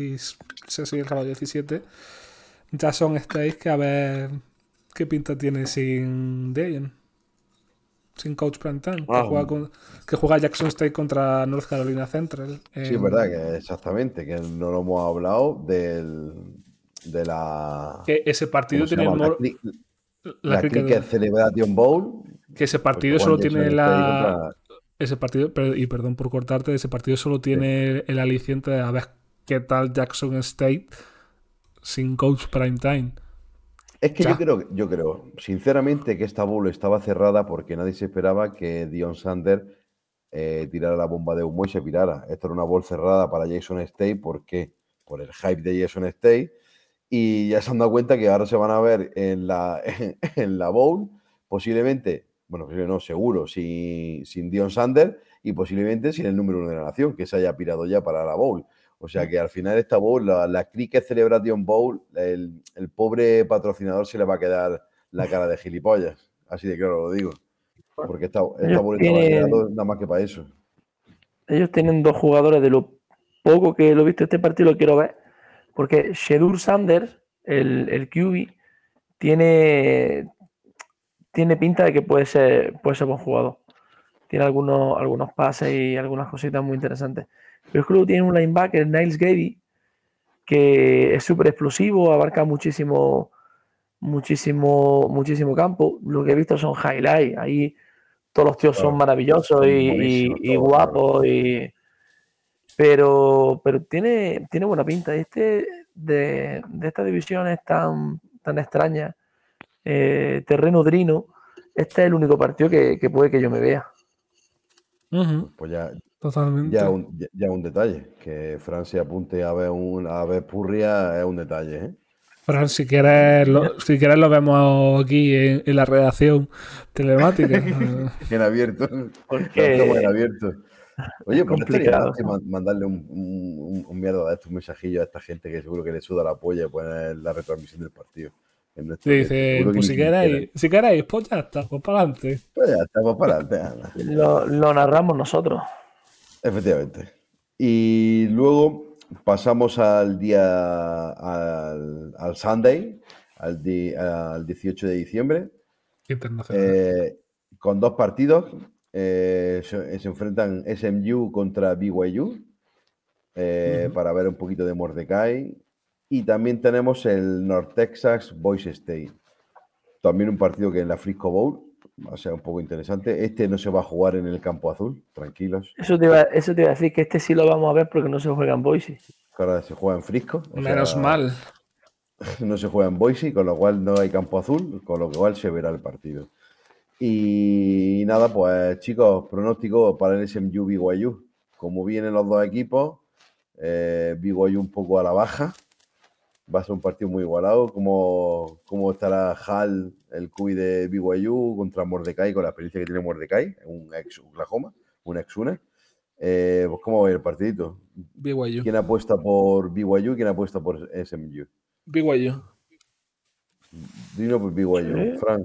D: 17. Jackson State, que a ver qué pinta tiene sin Dayan, sin Coach Prime Time, que juega Jackson State contra North Carolina Central.
C: Sí, es verdad, que exactamente, que no lo hemos hablado de la...
D: Que ese partido tiene
C: la Cricket Celebration Bowl.
D: Que ese partido solo tiene ese partido, y perdón por cortarte, ese partido solo tiene el aliciente de a ver qué tal Jackson State sin Coach Prime Time.
C: Es que yo creo, sinceramente, que esta bowl estaba cerrada porque nadie se esperaba que Deion Sanders tirara la bomba de humo y se pirara. Esto era una bowl cerrada para Jackson State. ¿Por qué? Por el hype de Jackson State. Y ya se han dado cuenta que ahora se van a ver en la bowl, posiblemente, bueno, no, seguro, sin Deion Sanders y posiblemente sin el número 1 de la nación, que se haya pirado ya para la bowl. O sea que al final esta bowl, la Cricket Celebration Bowl, el pobre patrocinador se le va a quedar la cara de gilipollas. Así de claro lo digo. Porque esta bowl estaba creado nada más que para eso.
E: Ellos tienen 2 jugadores, de lo poco que lo he visto este partido lo quiero ver, porque Shedur Sanders, el QB, tiene pinta de que puede ser buen jugador. Tiene algunos pases y algunas cositas muy interesantes. Pero es que luego tiene un linebacker, Niles Grady, que es súper explosivo, abarca muchísimo campo. Lo que he visto son highlights. Ahí todos los tíos son maravillosos y guapos. Pero tiene buena pinta. De estas divisiones tan extrañas, terreno Drino, este es el único partido que puede que yo me vea.
C: Pues ya,
D: totalmente.
C: Ya un detalle. Que Francia apunte a ver Purria es un detalle, ¿eh?
D: Fran, si quieres lo vemos aquí en la redacción telemática.
C: En abierto. En abierto. Oye, pues complicado. Mandarle un mierda de estos mensajillos a esta gente que seguro que le suda la polla y poner la retransmisión del partido.
D: Dice, pues si queréis, pues ya está, pues para adelante.
C: Pues ya está, pues para adelante.
E: Lo narramos nosotros.
C: Efectivamente. Y luego pasamos al Sunday, al 18 de diciembre.
D: Internacional.
C: Con 2 partidos. Se enfrentan SMU contra BYU para ver un poquito de Mordecai. Y también tenemos el North Texas Boise State. También un partido que en la Frisco Bowl va a ser un poco interesante. Este no se va a jugar en el campo azul, tranquilos.
E: Eso te iba a decir, que este sí lo vamos a ver porque no se juega en Boise.
C: Ahora se juega en Frisco.
D: Menos mal.
C: No se juega en Boise, con lo cual no hay campo azul, con lo cual se verá el partido. Y nada, pues chicos, pronóstico para el SMU BYU. Como vienen los dos equipos, BYU un poco a la baja. Va a ser un partido muy igualado. ¿Cómo estará Hal, el QB de BYU, contra Mordecai, con la experiencia que tiene Mordecai, un ex Oklahoma, un ex UNE? Pues ¿cómo va a ir el partidito?
D: BYU.
C: ¿Quién apuesta por BYU? ¿Quién apuesta por SMU?
D: BYU.
C: Dino por BYU.
E: Sí.
C: Frank.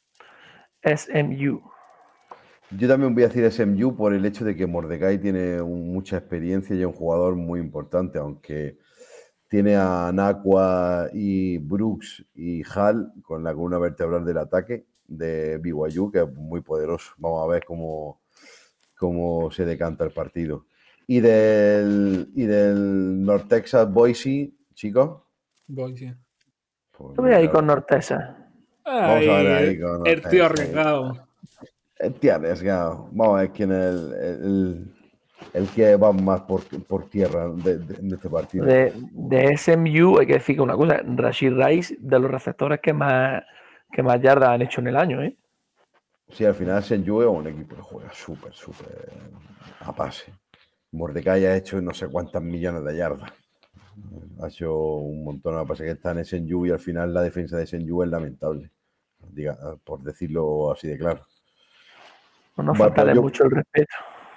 E: SMU.
C: Yo también voy a decir SMU por el hecho de que Mordecai tiene mucha experiencia y es un jugador muy importante, aunque tiene a Nakua y Brooks y Hall con la columna vertebral del ataque de BYU, que es muy poderoso. Vamos a ver cómo se decanta el partido. Y del North Texas Boise, chicos.
D: Boise.
C: Pues
E: Yo voy ahí con North Texas.
C: Vamos a ver ahí con
D: el
C: North
D: tío
C: Texas.
D: arriesgado.
C: El tío arriesgado. Vamos a ver quién es el que va más por tierra en este partido.
E: De SMU hay que decir que una cosa, Rashid Rice, de los receptores que más yardas han hecho en el año, ¿eh?
C: Sí, al final SMU es un equipo que juega súper a pase. Mordecai ha hecho no sé cuántas millones de yardas. Ha hecho un montón. Lo que pasa es que está en SMU y al final la defensa de SMU es lamentable. Por decirlo así de claro.
E: No nos faltarle mucho el respeto.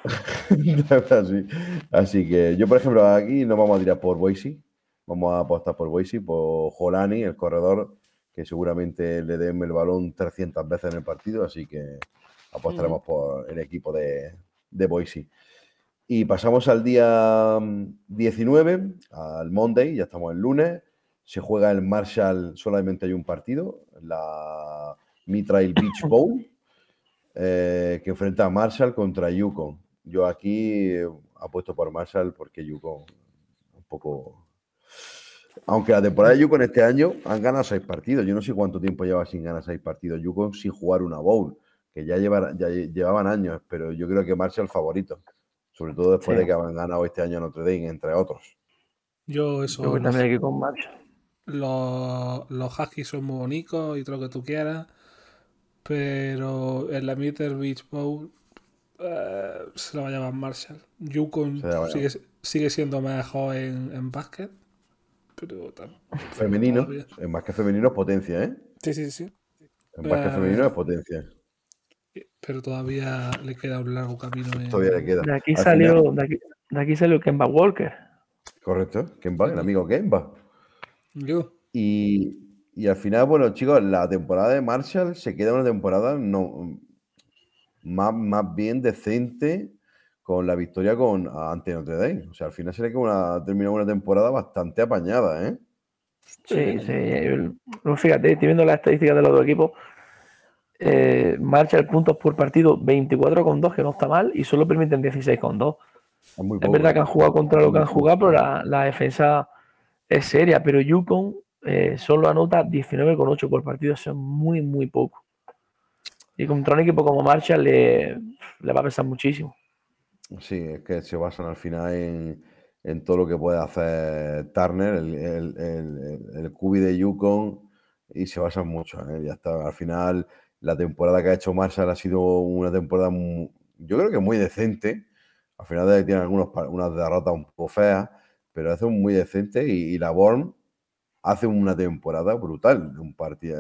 C: Así que yo, por ejemplo, aquí no vamos a tirar por Boise. Vamos a apostar por Boise, por Holani, el corredor, que seguramente le den el balón 300 veces en el partido. Así que apostaremos por el equipo de Boise. Y pasamos al día 19, al Monday, ya estamos el lunes. Se juega el Marshall, solamente hay un partido, la Mid-Trail Beach Bowl, que enfrenta a Marshall contra Yukon. Yo aquí apuesto por Marshall porque Yukon un poco... Aunque la temporada de Yukon este año han ganado 6 partidos. Yo no sé cuánto tiempo lleva sin ganar 6 partidos Yukon sin jugar una bowl, que ya llevaban años, pero yo creo que Marshall favorito. Sobre todo después de que han ganado este año Notre Dame, entre otros.
E: Yo también aquí con Marshall.
D: Los Huskies son muy bonitos y todo lo que tú quieras, pero en la Mid-Trail Beach Bowl se lo va a llamar Marshall. Yukon sigue siendo mejor en básquet, pero
C: femenino, es más que femenino es potencia, ¿eh?
D: Sí.
C: En básquet femenino es potencia.
D: Pero todavía le queda un largo camino.
C: Todavía le queda.
E: De aquí salió Kemba Walker.
C: Correcto, Kemba, el amigo Kemba.
D: Yo.
C: Y al final, bueno, chicos, la temporada de Marshall se queda una temporada más bien decente con la victoria ante Notre Dame. O sea, al final se le terminó una temporada bastante apañada, ¿eh?
E: Sí. Fíjate, estoy viendo las estadísticas de los dos equipos. Marshall puntos por partido 24,2, que no está mal, y solo permiten 16,2. Es verdad que han jugado contra lo que han jugado, pero la defensa es seria. Pero Yukon solo anota 19,8 por partido, eso es muy, muy poco. Y contra un equipo como Marshall le va a pesar muchísimo.
C: Sí, es que se basan al final en todo lo que puede hacer Turner, el QB de Yukon, y se basan mucho. Ya está. Al final, la temporada que ha hecho Marshall ha sido una temporada, yo creo que muy decente. Al final tiene unas derrotas un poco feas, pero hace muy decente y la Bourne hace una temporada brutal. Un partido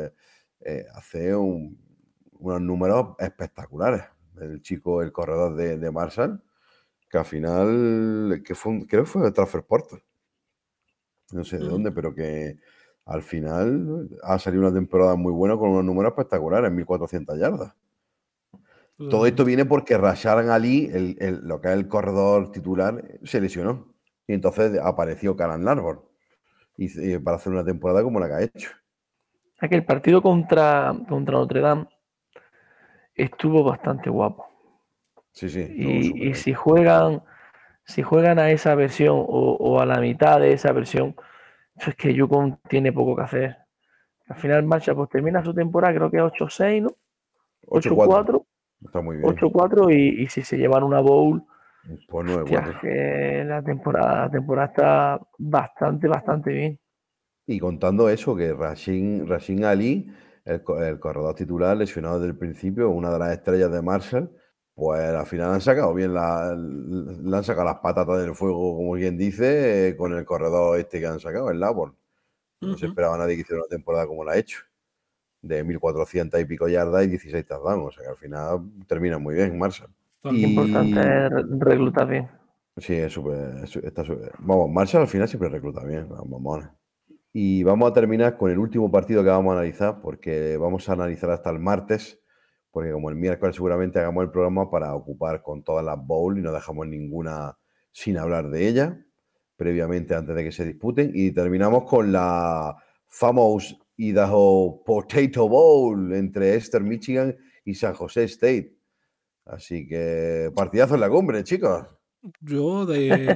C: hace unos números espectaculares. El corredor de Marshall, que al final creo que fue de Transfer Portal. No sé de dónde, pero que al final ha salido una temporada muy buena con unos números espectaculares, 1.400 yardas. Todo esto viene porque Rashad Ali, lo que es el corredor titular, se lesionó. Y entonces apareció Karan Larborn para hacer una temporada como la que ha hecho.
E: El partido contra Notre Dame estuvo bastante guapo.
C: Sí.
E: Y si juegan a esa versión o a la mitad de esa versión, es que Yukon tiene poco que hacer. Al final Marshall pues termina su temporada, creo que es 8-6, ¿no? 8-4.
C: Está muy bien.
E: 8-4 y si se llevan una bowl,
C: pues 9-4.
E: Hostia, que la temporada está bastante bien.
C: Y contando eso, que Rashid Ali, el corredor titular, lesionado desde el principio, una de las estrellas de Marshall, pues al final han sacado bien, le han sacado las patatas del fuego, como quien dice, con el corredor este que han sacado, el Labor. No se esperaba a nadie que hiciera una temporada como la ha hecho, de 1400 y pico yardas y 16 touchdowns. O sea que al final termina muy bien Marshall.
E: Lo importante es reclutar bien.
C: Sí, vamos, Marshall al final siempre recluta bien, los mamones. Y vamos a terminar con el último partido que vamos a analizar, porque vamos a analizar hasta el martes, porque como el miércoles seguramente hagamos el programa para ocupar con todas las bowl y no dejamos ninguna sin hablar de ella, previamente antes de que se disputen. Y terminamos con la famous Idaho Potato Bowl entre Eastern Michigan y San José State. Así que partidazo en la cumbre, chicos.
D: Yo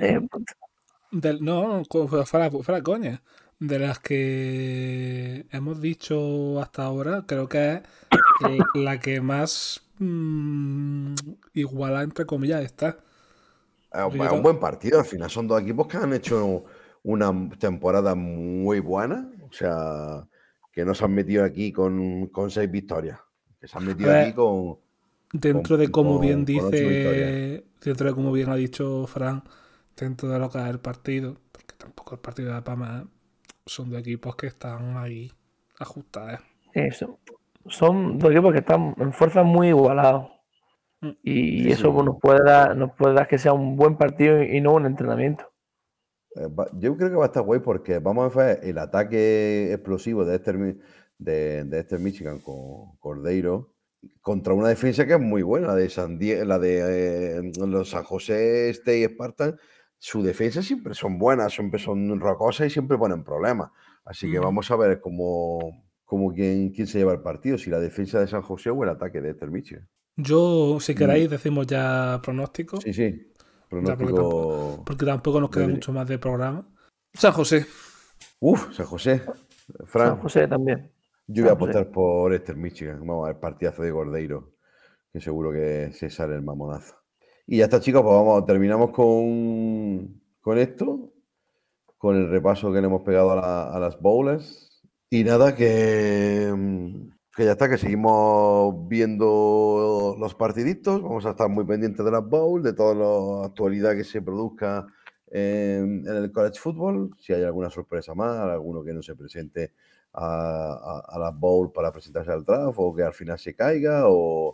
D: no, fuera coña. De las que hemos dicho hasta ahora, creo que es la que más igualada, entre comillas, está.
C: Es un buen partido. Al final son dos equipos que han hecho una temporada muy buena. O sea, que no se han metido aquí con 6 victorias. Que se han metido aquí con...
D: Dentro de como bien dice, dentro de como bien ha dicho Fran, dentro de lo que es el partido, porque tampoco el partido de Pama, son dos equipos que están ahí ajustados.
E: Eso. Son dos equipos que están en fuerzas muy igualados. Y
C: Sí,
E: eso
C: sí.
E: nos puede dar que sea un buen partido y no un entrenamiento.
C: Yo creo que va a estar guay porque vamos a ver el ataque explosivo de este Michigan con Cordeiro contra una defensa que es muy buena, la de los San José State Spartans. Su defensa siempre son buenas, siempre son rocosas y siempre ponen problemas. Así que vamos a ver quién se lleva el partido, si la defensa de San José o el ataque de este Michigan.
D: Yo, si queréis, decimos ya pronóstico.
C: Sí.
D: Pronóstico. Porque tampoco nos queda mucho más de programa. San José.
C: San José. Fran.
E: San José también.
C: Yo voy a apostar por Eastern Michigan. Vamos a ver, partidazo de Cordeiro, que seguro que se sale el mamonazo. Y ya está, chicos, pues terminamos con esto, con el repaso que le hemos pegado a las bowlers. Y nada, que ya está, que seguimos viendo los partiditos. Vamos a estar muy pendientes de las bowls, de toda la actualidad que se produzca en el college football. Si hay alguna sorpresa más, alguno que no se presente a las bowl para presentarse al draft, o que al final se caiga, o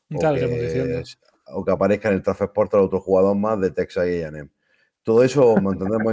C: que aparezca en el Draft Portal otro jugador más de Texas A&M. Todo eso os mantendremos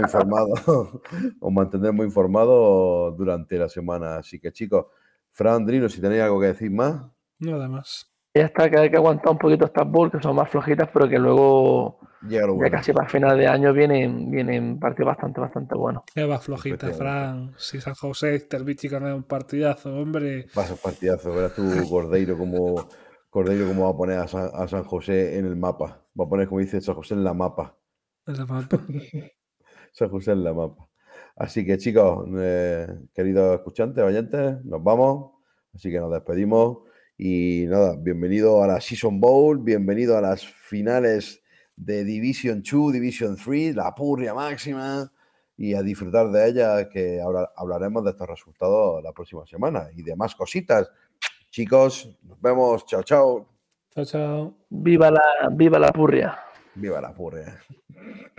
C: informados durante la semana. Así que, chicos, Fran, Andrino, si tenéis algo que decir más.
D: Nada más.
E: Ya está, que hay que aguantar un poquito estas bowls, que son más flojitas, pero que luego ya casi para final de año vienen partidos bastante buenos.
D: Ya va flojita, Fran. Si San José, Eastern Michigan es un partidazo, hombre.
C: Va a ser partidazo. Verás tú, Cordeiro, cómo va a poner a San José en el mapa. Va a poner, como dice, San José en la mapa.
D: En la mapa.
C: San José en la mapa. Así que, chicos, queridos escuchantes, oyentes, nos vamos. Así que nos despedimos. Y nada, bienvenido a la Season Bowl, bienvenido a las finales de Division 2, Division 3, la purria máxima, y a disfrutar de ella, que ahora hablaremos de estos resultados la próxima semana y de más cositas. Chicos, nos vemos, chao.
D: Chao.
E: Viva la purria.
C: Viva la purria.